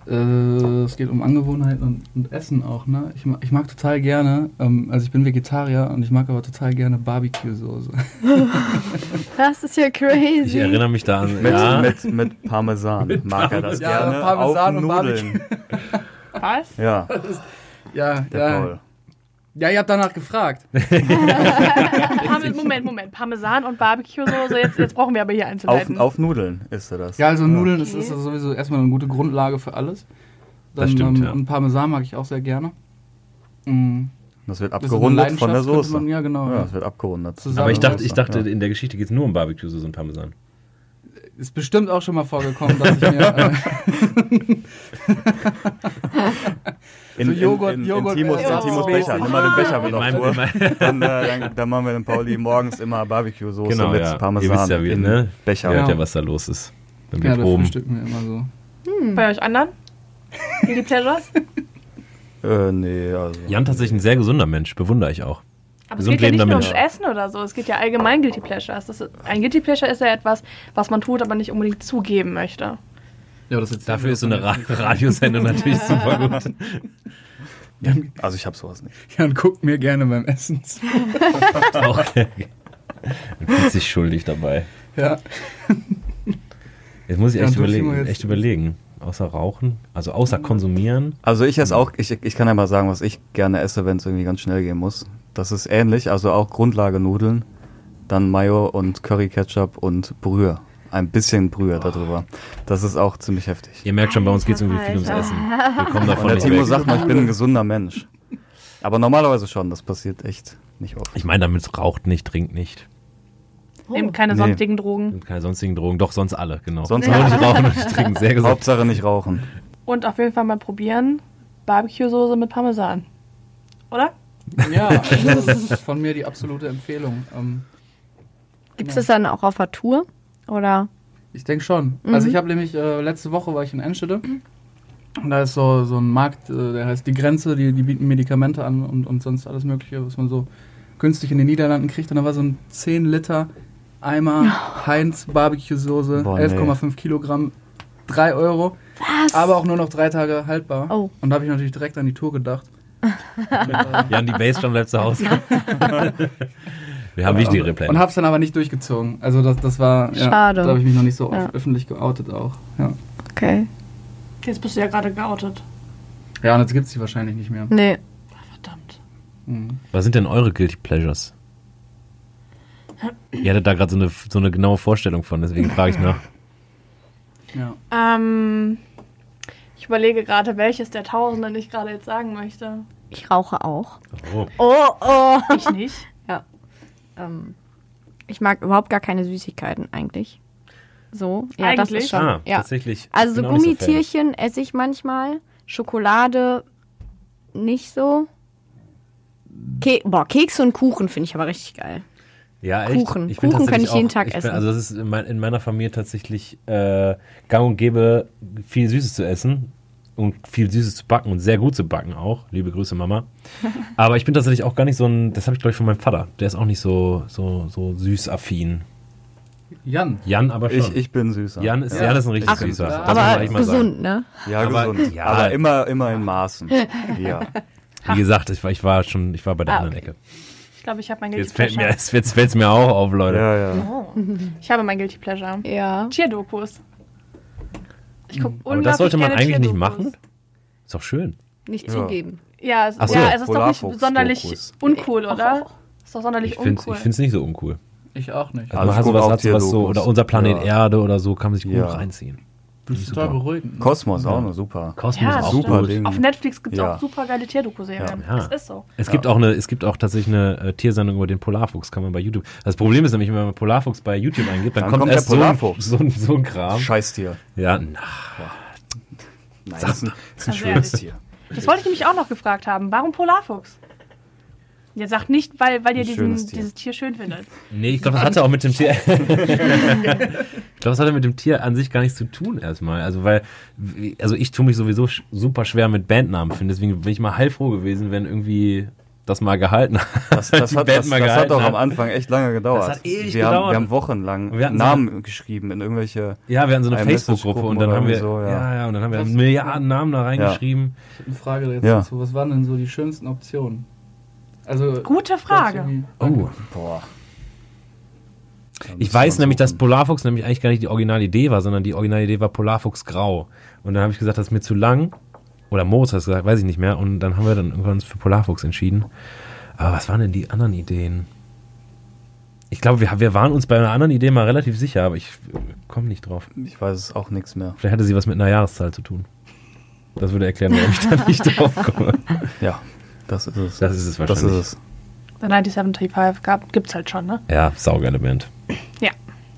Äh, es geht um Angewohnheiten und, und Essen auch, ne? Ich, mag- ich mag total gerne, ähm, also ich bin Vegetarier und ich mag aber total gerne Barbecue-Soße. Das ist ja Ich crazy. erinnere mich da an. Mit, ja, mit, mit Parmesan mag er das Ja, gerne. Parmesan auf und Nudeln. Was? Ja, Ja, der ja. Paul. Ja, ihr habt danach gefragt. Parme- Moment, Moment. Parmesan und Barbecue-Soße. Jetzt, jetzt brauchen wir aber hier Auf, einzuleiten. auf Nudeln isst er das. Ja, also Nudeln Okay. ist, ist sowieso erstmal eine gute Grundlage für alles. Das stimmt, ähm, ja. Und Parmesan mag ich auch sehr gerne. Mm, Das wird das ist abgerundet eine von der Leidenschaft, könnte Soße. Man, ja, genau. Ja, Ja. das wird abgerundet. Zusammen. aber ich dachte, ich dachte, Ja. in der Geschichte geht es nur um Barbecue-Soße und Parmesan. Ist bestimmt auch schon mal vorgekommen, dass ich mir... Äh, In, So Joghurt- in, in, Joghurt- in Timos, Ja. in Timos Becher. Nimm mal den Becher mit In auf meinem- Tour. in meinem- Dann, äh, dann, dann machen wir den Pauli morgens immer Barbecue-Soße Genau, mit ja. Parmesan Ihr wisst ja, wie, in ne? Becher. Ihr hört Ja. ja, was da los ist. Wenn wir ja, da proben. frühstücken wir immer so. Bei euch anderen? Guilty Pleasures? Äh, nee, also. Jan tatsächlich ein sehr gesunder Mensch, bewundere ich auch. Aber es Gesund geht ja nicht lebender nur Mensch. ums Essen oder so. Es geht ja allgemein Guilty Pleasures. Das ist, ein Guilty Pleasure ist ja etwas, was man tut, aber nicht unbedingt zugeben möchte. Ja, das jetzt Dafür ist so eine Ra Radiosendung natürlich super gut. Also ich habe sowas nicht. Jan guckt mir gerne beim Essen zu. Auch. Man fühlt sich schuldig dabei. Ja. Jetzt muss ich Ja, echt, und du, überlegen, Timo, jetzt- echt überlegen. Außer Rauchen, also außer konsumieren. Also ich esse auch, ich, ich kann ja mal sagen, was ich gerne esse, wenn es irgendwie ganz schnell gehen muss. Das ist ähnlich, also auch Grundlage Nudeln, dann Mayo und Curry Ketchup und Brühe. Ein bisschen Brühe darüber. Das ist auch ziemlich heftig. Ihr merkt schon, bei uns geht es irgendwie viel ums Alter. Essen. Wir kommen Und davon der nicht Timo weg. sagt mal, ich bin ein gesunder Mensch. Aber normalerweise schon, das passiert echt nicht oft. Ich meine damit, raucht nicht, trinkt nicht. Eben keine Nee. sonstigen Drogen. Und keine sonstigen Drogen. Doch, sonst alle, genau. Sonst Nur alle. nicht rauchen und nicht trinken. Sehr gesund. Hauptsache nicht rauchen. Und auf jeden Fall mal probieren. Barbecue-Soße mit Parmesan. Oder? Ja, also das ist von mir die absolute Empfehlung. Ähm, Gibt es das dann auch auf der Tour? Oder? Ich denke schon. Also ich habe nämlich, äh, letzte Woche war ich in Enschede. Und da ist so, so ein Markt, äh, der heißt Die Grenze, die, die bieten Medikamente an und, und sonst alles mögliche, was man so günstig in den Niederlanden kriegt. Und da war so ein zehn Liter Eimer Heinz Barbecue-Soße, Boah, elf Komma fünf Kilogramm, drei Euro. Was? Aber auch nur noch drei Tage haltbar. Oh. Und da habe ich natürlich direkt an die Tour gedacht. Jan, die Bassdrum bleibt zu Hause. Wir haben wichtigere Und Pläne. hab's dann aber nicht durchgezogen. Also das, das war, ja, Schade. da habe ich mich noch nicht so Ja. oft öffentlich geoutet auch. Ja, Okay. Jetzt bist du ja gerade geoutet. ja und jetzt gibt's die wahrscheinlich nicht mehr. Nee. Verdammt. Mhm. Was sind denn eure Guilty Pleasures? Ihr hattet da gerade so eine, so eine genaue Vorstellung von, deswegen frage ich nach. Ja. Ähm, ich überlege gerade, welches der Tausenden ich gerade jetzt sagen möchte. Ich rauche auch. Oh. Oh, oh. Ich nicht. Ähm, ich mag überhaupt gar keine Süßigkeiten eigentlich. So, ja, das Eigentlich? ist schon. Ah, ja. tatsächlich. Also so Bin auch nicht so Fan. Gummitierchen esse ich manchmal, Schokolade nicht so. Ke Boah, Kekse und Kuchen finde ich aber richtig geil. Ja, echt? Kuchen. Ich bin Kuchen kann tatsächlich ich jeden auch- Tag ich bin, essen. Also das ist in, mein, in meiner Familie tatsächlich äh, gang und gäbe, viel Süßes zu essen und viel Süßes zu backen und sehr gut zu backen auch. Liebe Grüße, Mama. Aber ich bin tatsächlich auch gar nicht so ein, das habe ich glaube ich von meinem Vater. Der ist auch nicht so, so, so süßaffin. Jan. Jan aber schon. Ich, ich bin süßer. Jan, ist, Ja. Jan ist ein richtig Ach, süßer. ja. Das muss man Aber echt mal sagen. gesund, ne? Ja, Aber- gesund. ja. Aber immer, immer in Maßen. Ja. Wie gesagt, ich war, ich war schon, ich war bei der Ah, anderen okay. Ecke. Ich glaube, ich habe mein Guilty Jetzt fällt mir, Pleasure. jetzt, jetzt fällt's mir auch auf, Leute. Ja, ja. Oh. Ich habe mein Guilty Pleasure. Ja. Tierdokus. Ich gucke Aber das sollte man eigentlich nicht machen. Ist doch schön. Nicht Ja. zugeben. Ja, es, Ach so. ja, es ist doch nicht Polarfuchs-Dokus. sonderlich uncool, oder? Ist doch sonderlich Ich finde es uncool. nicht so uncool. Ich auch nicht. Also Also man ich hat guck sowas, auch hat sowas so, Tierdokus. oder unser Planet Ja. Erde oder so, kann man sich gut Ja. reinziehen. Das ist total super. beruhigend. Kosmos auch noch super. Kosmos Ja, ist auch super gut. Ding. Auf Netflix gibt es Ja. auch super geile Tierdoku-Serien. Ja. Das ist so. Es gibt, auch eine, es gibt auch tatsächlich eine äh, Tiersendung über den Polarfuchs, kann man bei YouTube. Das Problem ist nämlich, wenn man Polarfuchs bei YouTube eingibt, dann, Dann kommt, kommt der erst so ein, Polarfuchs. so, ein, so ein Kram. Scheißtier. Ja, na, Nein, das ist ein, das ist ein Also schönes ehrlich. Tier. Das wollte ich nämlich auch noch gefragt haben. Warum Polarfuchs? Ihr sagt nicht, weil, weil ihr Ein diesen, schönes Tier. dieses Tier schön findet. nee, ich glaube, das hatte auch mit dem Tier. ich glaube, das hatte mit dem Tier an sich gar nichts zu tun erstmal. Also, weil, also ich tue mich sowieso sch- super schwer mit Bandnamen finden. Deswegen bin ich mal heilfroh gewesen, wenn irgendwie das mal gehalten hat. Das, das, die hat, Band das, mal das hat gehalten doch hat. am Anfang echt lange gedauert. Das hat ewig wir, gedauert. haben, wir haben wochenlang Wir hatten so Namen geschrieben in irgendwelche... Ja, wir hatten so eine iMessage-Gruppen Facebook-Gruppe und dann oder haben wir, so, ja. ja. Ja, und dann haben wir Das- Milliarden Namen da reingeschrieben. Ich habe eine Frage jetzt Ja. dazu. Was waren denn so die schönsten Optionen? Also Gute Frage. irgendwie- Oh. Boah. Ich weiß nämlich, dass Polarfuchs nämlich eigentlich gar nicht die Originalidee war, sondern die Originalidee war Polarfuchs Grau. Und dann habe ich gesagt, das ist mir zu lang. Oder Moritz hat es gesagt, weiß ich nicht mehr. Und dann haben wir dann irgendwann uns für Polarfuchs entschieden. Aber was waren denn die anderen Ideen? Ich glaube, wir, wir waren uns bei einer anderen Idee mal relativ sicher, aber ich komme nicht drauf. Ich weiß es auch nichts mehr. Vielleicht hatte sie was mit einer Jahreszahl zu tun. Das würde erklären, warum ich da nicht drauf komme. Ja, das ist es. Das ist es Das wahrscheinlich. ist es. The neunundneunzig gab, gibt's halt schon, ne? Ja, saugeile Band. Ja.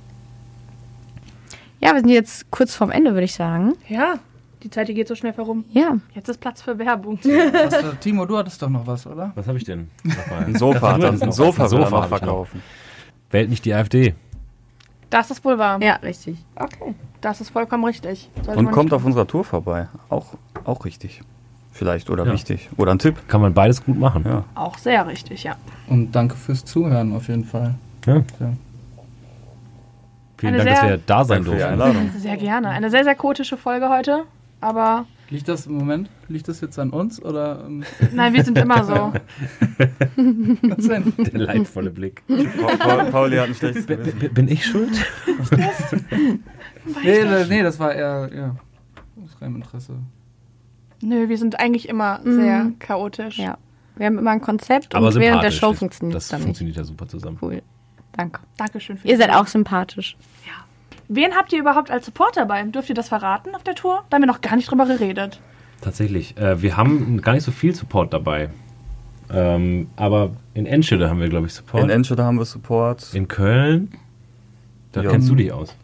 Ja, wir sind jetzt kurz vorm Ende, würde ich sagen. Ja, die Zeit, die geht so schnell vorum. Ja. Jetzt ist Platz für Werbung. Was, äh, Timo, du hattest doch noch was, oder? Was habe ich denn? Nochmal. Ein Sofa, hat er- ein Sofa will er noch hab ich noch. verkaufen. Wählt nicht die AfD. Das ist wohl wahr. Ja, richtig. Okay. Das ist vollkommen richtig. Sollte Und man kommt nicht auf unserer Tour vorbei. Auch, auch richtig. Vielleicht oder Ja. wichtig. Oder ein Tipp. Kann man beides gut machen. Ja. tun. Auch sehr richtig, ja. Und danke fürs Zuhören auf jeden Fall. Ja. Ja. Vielen Eine Dank, dass sehr- wir da sein Danke für die durften. Einladung. Sehr gerne. Eine sehr, sehr chaotische Folge heute. Aber Liegt das im Moment, liegt das jetzt an uns oder ähm, nein, wir sind immer so. was denn? Der leidvolle Blick. Pa pa Pauli hat ein schlechtes Gewissen. B- Bin ich schuld? Nee, nee, nee, das war eher ja, aus reinem Interesse. Nö, wir sind eigentlich immer Mhm. sehr chaotisch. Ja. Wir haben immer ein Konzept Aber und während der sympathisch. Show Das- funktioniert es Das dann nicht. funktioniert ja super zusammen. Cool. Danke. Dankeschön für Ihr die seid Frage. auch sympathisch. Wen habt ihr überhaupt als Support dabei? Dürft ihr das verraten auf der Tour? Da haben wir noch gar nicht drüber geredet. Tatsächlich. Äh, wir haben gar nicht so viel Support dabei. Ähm, aber in Enschede haben wir, glaube ich, Support. In Enschede haben wir Support. In Köln, da Ja. kennst du dich aus.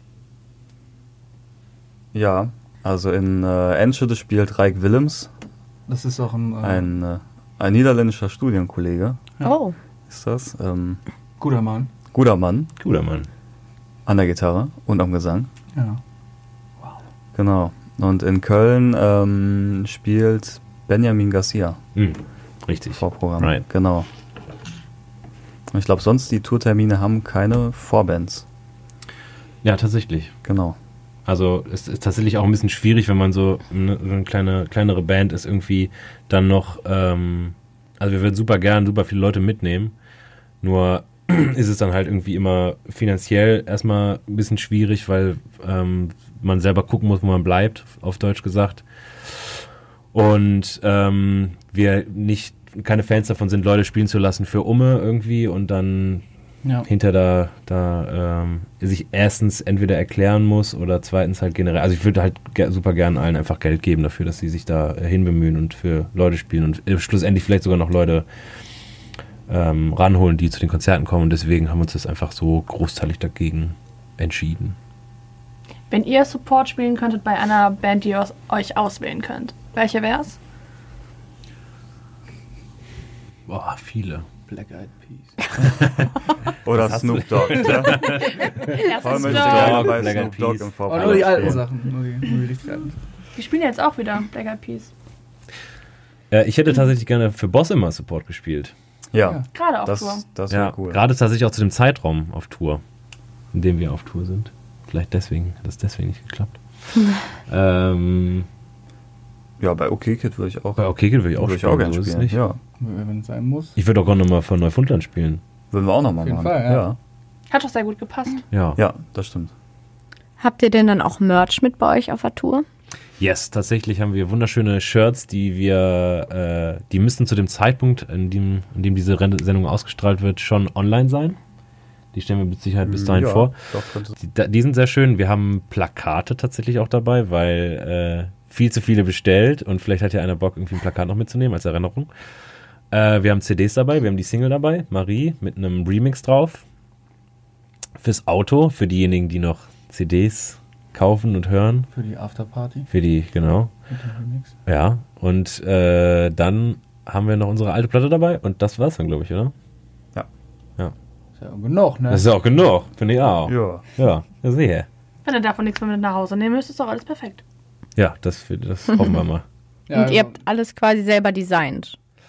Ja, also in äh, Enschede spielt Reik Willems, Das ist auch ein, äh, ein, äh, ein niederländischer Studienkollege, Ja. Oh. ist das. Ähm, guter Mann. guter Mann Guter Mann. an der Gitarre und am Gesang. Ja. Genau. Und in Köln ähm, spielt Benjamin Garcia, Hm, richtig. Vorprogramm. Right. Genau. Und ich glaube, sonst die Tourtermine haben keine Vorbands. Ja, tatsächlich. Genau. Also es ist tatsächlich auch ein bisschen schwierig, wenn man so eine, so eine kleine, kleinere Band ist, irgendwie dann noch, ähm, also wir würden super gern super viele Leute mitnehmen, nur ist es dann halt irgendwie immer finanziell erstmal ein bisschen schwierig, weil ähm, man selber gucken muss, wo man bleibt, auf Deutsch gesagt. Und ähm, wir nicht keine Fans davon sind, Leute spielen zu lassen für Umme irgendwie und dann Ja. hinter da, da ähm, sich erstens entweder erklären muss oder zweitens halt generell. Also ich würde halt ge- super gern allen einfach Geld geben dafür, dass sie sich da äh, hinbemühen und für Leute spielen und äh, schlussendlich vielleicht sogar noch Leute ähm, ranholen, die zu den Konzerten kommen. Und deswegen haben wir uns das einfach so großteilig dagegen entschieden. Wenn ihr Support spielen könntet bei einer Band, die ihr aus, euch auswählen könnt, welche wär's? Boah, viele. Black Eyed Peas. Oder hast Snoop Dogg. Ja? Paul möchte Dogg, gerne bei Black Eyed Snoop Dogg Peas. im Aber Vorprogramm nur die alten spielen. Sachen, nur die, nur die richtig alten. Die spielen jetzt auch wieder Black Eyed Peas. Äh, ich hätte tatsächlich gerne für Boss immer Support gespielt. Ja, Ja. Gerade auf das, Tour. das Ja, wäre cool. gerade tatsächlich auch zu dem Zeitraum auf Tour, in dem wir auf Tour sind. Vielleicht deswegen, hat das deswegen nicht geklappt. ähm, Ja, bei OK Kid würde ich auch, bei OK Kid würde ich auch würde ich spielen, auch gerne so ist es spielen. nicht. Ja, Wenn es sein muss. Ich würde auch gerne mal von Neufundland spielen. würden wir auch nochmal Auf jeden machen. Fall, ja. ja. Hat doch sehr gut gepasst. Ja. Ja, das stimmt. Habt ihr denn dann auch Merch mit bei euch auf der Tour? Yes, tatsächlich haben wir wunderschöne Shirts, die wir, äh, die müssten zu dem Zeitpunkt, in dem, in dem diese Ren- Sendung ausgestrahlt wird, schon online sein. Die stellen wir mit Sicherheit bis dahin ja, vor. Doch, könnte Die, da- die sind sehr schön. Wir haben Plakate tatsächlich auch dabei, weil äh, viel zu viele bestellt und vielleicht hat ja einer Bock, irgendwie ein Plakat noch mitzunehmen als Erinnerung. Äh, wir haben C Ds dabei, wir haben die Single dabei, Marie, mit einem Remix drauf. Fürs Auto, für diejenigen, die noch C Ds kaufen und hören. Für die Afterparty Für die, genau. mit dem Remix. Ja, und äh, dann haben wir noch unsere alte Platte dabei und das war's dann, glaube ich, oder? Ist ja genug, ne? Das ist auch genug, finde ich auch. Ja. Ja, das sehe. Wenn ihr davon nichts mehr mit nach Hause nehmen müsst, ist doch alles perfekt. Ja, das, das hoffen wir mal. Ja, Und ihr also, habt alles quasi selber designt.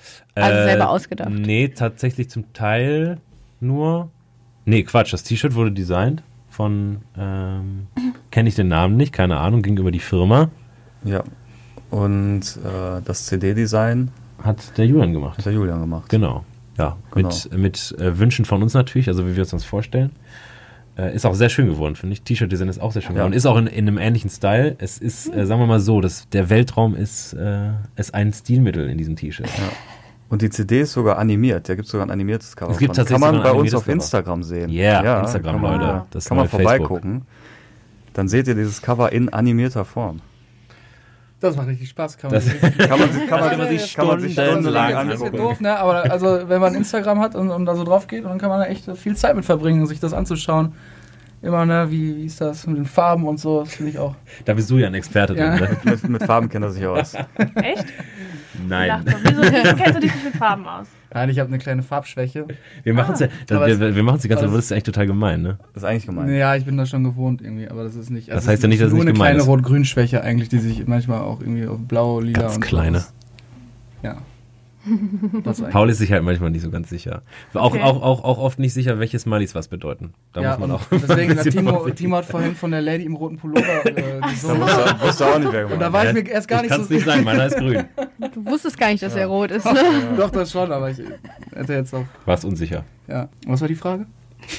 Also Äh, selber ausgedacht. Nee, tatsächlich zum Teil nur. Nee, Quatsch, das T-Shirt wurde designt von, ähm, kenne ich den Namen nicht, keine Ahnung, ging über die Firma. Ja. Und äh, das C D-Design Hat der Julian gemacht. hat der Julian gemacht. Genau. Ja, Genau. mit, mit äh, Wünschen von uns natürlich, also wie wir es uns vorstellen. Äh, ist auch sehr schön geworden, finde ich. T-Shirt-Design ist auch sehr schön Ja. geworden. Ist auch in, in einem ähnlichen Style. Es ist, äh, sagen wir mal so, dass der Weltraum ist, äh, ist ein Stilmittel in diesem T-Shirt. Ja. Und die C D ist sogar animiert. Da gibt es sogar ein animiertes Cover. Es gibt von. tatsächlich Kann man sogar ein bei uns animiertes auf Cover. Instagram sehen. Yeah, Instagram, kann man, Leute. Das kann man neue Facebook. vorbeigucken. Dann seht ihr dieses Cover in animierter Form. Das macht richtig Spaß. Kann man Das- sich richtig- Kann man, sich- kann man, sich, kann man sich Stundenlang stundenlang Das ist ein bisschen angucken. doof, ne? Aber also, wenn man Instagram hat und, und da so drauf geht, dann kann man da echt viel Zeit mit verbringen, sich das anzuschauen. Immer, ne? Wie, wie ist das mit den Farben und so? Das finde ich auch. Da bist du ja ein Experte Ja. drin, ne? Mit, mit Farben kennt er sich aus. Echt? Nein. Dachte, wieso, wieso kennst du dich nicht mit Farben aus? Nein, ich habe eine kleine Farbschwäche. Wir machen es ja, das, Aber es- wir, wir machen es die ganze Zeit, aber aber das ist echt total gemein, ne? Das ist eigentlich gemein. Ja, ich bin da schon gewohnt irgendwie, aber das ist nicht. Das es heißt ja nicht, dass es nur nicht eine gemein kleine ist. Rot-Grün-Schwäche eigentlich, die sich manchmal auch irgendwie auf blau, lila Ganz und kleine. sowas- Ja. Das eigentlich. Paul ist sich halt manchmal nicht so ganz sicher. Auch, Okay. auch, auch, auch oft nicht sicher, welche Smileys was bedeuten. Da ja, muss man und auch. deswegen, ein bisschen Timo, vorsichtig Timo hat vorhin von der Lady im roten Pullover äh, Da gesungen. wusste, wusste auch nicht, wer Und gemeint da war ich mir erst gar Ich nicht kann so es nicht sagen, meiner ist grün. Du wusstest gar nicht, dass er rot ist. Ne? Doch, das schon, aber ich hätte jetzt auch. Warst unsicher. Ja. Was war die Frage?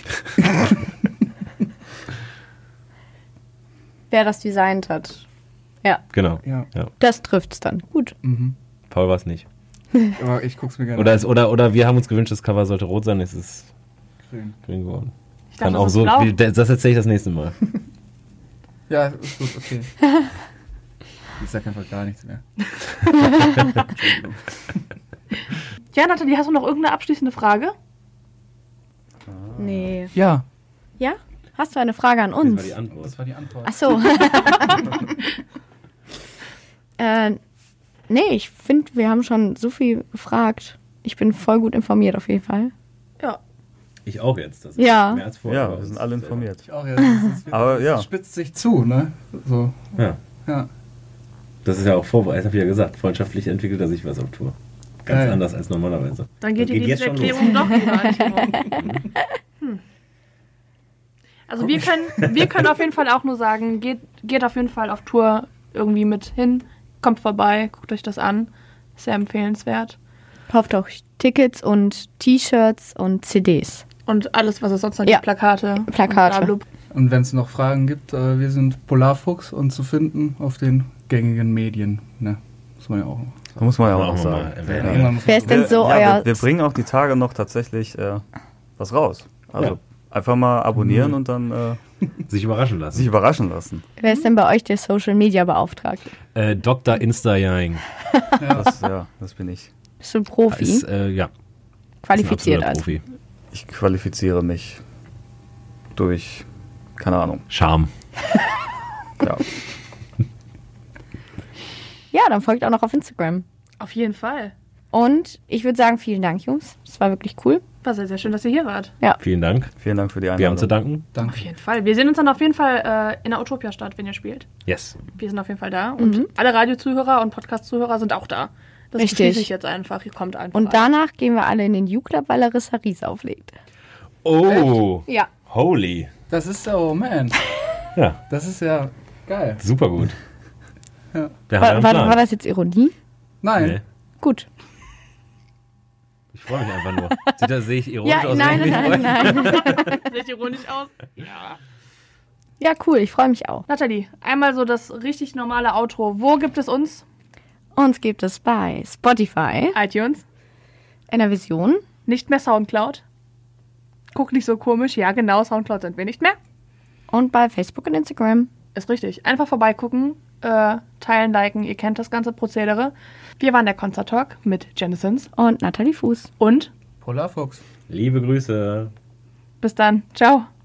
Wer das designt hat. Ja, Genau. Ja. das trifft's dann. Gut. Mhm. Paul war es nicht. Aber ich guck's mir gerne Oder, es, oder, oder wir haben uns gewünscht, das Cover sollte rot sein, es ist an. grün geworden. Ich Kann dachte, auch das ist so, blau. wie, das erzähle ich das nächste Mal. Ja, ist gut, okay. Ich sag einfach gar nichts mehr. Ja, Nathalie, hast du noch irgendeine abschließende Frage? Nee. Ja, Ja? Hast du eine Frage an Das war uns? die Antwort. das war die Antwort. Ach so. äh, nee, ich finde, wir haben schon so viel gefragt. Ich bin voll gut informiert auf jeden Fall. Ja. Ich auch jetzt. Das Ja. mehr als vorher. Ja, wir sind alle informiert. Ich auch, ja. Das, ist, Aber das ja. spitzt sich zu, ne? So, Ja. ja. Das ist ja auch vorbereitet, habe ich ja gesagt. Freundschaftlich entwickelt er sich was auf Tour. Ganz Ja. anders als normalerweise. Dann geht Das die geht jetzt schon Liebeserklärung doch lieber an Timo. Hm. Also wir können, wir können auf jeden Fall auch nur sagen, geht, geht auf jeden Fall auf Tour irgendwie mit hin, kommt vorbei, guckt euch das an. Sehr empfehlenswert. Kauft euch Tickets und T-Shirts und C Ds. Und alles, was es sonst noch Ja. gibt, Plakate. Plakate. und bla, bla. Und wenn es noch Fragen gibt, äh, wir sind Polarfuchs und zu finden auf den gängigen Medien. Ne? Muss man ja auch. Da muss man ja auch Machen noch wir sagen. mal erwähnen. Ja, irgendwann muss Wer man ist denn Wir- so ja, euer... wir, wir bringen auch die Tage noch tatsächlich äh, was raus. Also Ja. einfach mal abonnieren Mhm. und dann äh, Sich überraschen lassen. sich überraschen lassen. Wer ist denn bei euch der Social Media Beauftragte? Äh, Doktor Insta Yang. Das, ja, das bin ich. Bist du ein Profi? Ist, äh, ja, ist ein Qualifiziert absoluter also. Profi. Ich qualifiziere mich durch, keine Ahnung. Charme. Ja. Ja, dann folgt auch noch auf Instagram. Auf jeden Fall. Und ich würde sagen, vielen Dank, Jungs. Das war wirklich cool. War sehr, sehr schön, dass ihr hier wart. Vielen Dank. Vielen Dank für die Wir Einladung. haben zu danken. Auf Danke. jeden Fall. Wir sehen uns dann auf jeden Fall äh, in der Utopia-Stadt, wenn ihr spielt. Yes. Wir sind auf jeden Fall da. Und Mhm. alle Radiozuhörer und Podcast-Zuhörer sind auch da. Das Richtig. beschließe ich jetzt einfach. Ihr kommt einfach. Und danach gehen wir alle in den U-Club, weil Larissa Ries auflegt. Oh, Ja. holy. Das ist so, man. Ja, Das ist ja geil. super gut. Ja. Wir War, haben war, einen Plan. war das jetzt Ironie? Nein. Nee. Gut. Ich freue mich einfach nur. Sieht das, sehe ich ironisch Ja, aus? nein, wenn ich mich nein, freue? nein. Sieht ironisch aus. Ja. Ja, cool. Ich freue mich auch. Nathalie, einmal so das richtig normale Outro. Wo gibt es uns? Uns gibt es bei Spotify, iTunes. in der Vision Nicht mehr Soundcloud. Guck nicht so komisch. Ja, genau, Soundcloud sind wir nicht mehr. und bei Facebook und Instagram. Ist richtig. Einfach vorbeigucken, äh, teilen, liken. Ihr kennt das ganze Prozedere. Wir waren der Concert Talk mit Genesins. Und Nathalie Fuß. Und Polarfuchs. Liebe Grüße. bis dann. Ciao.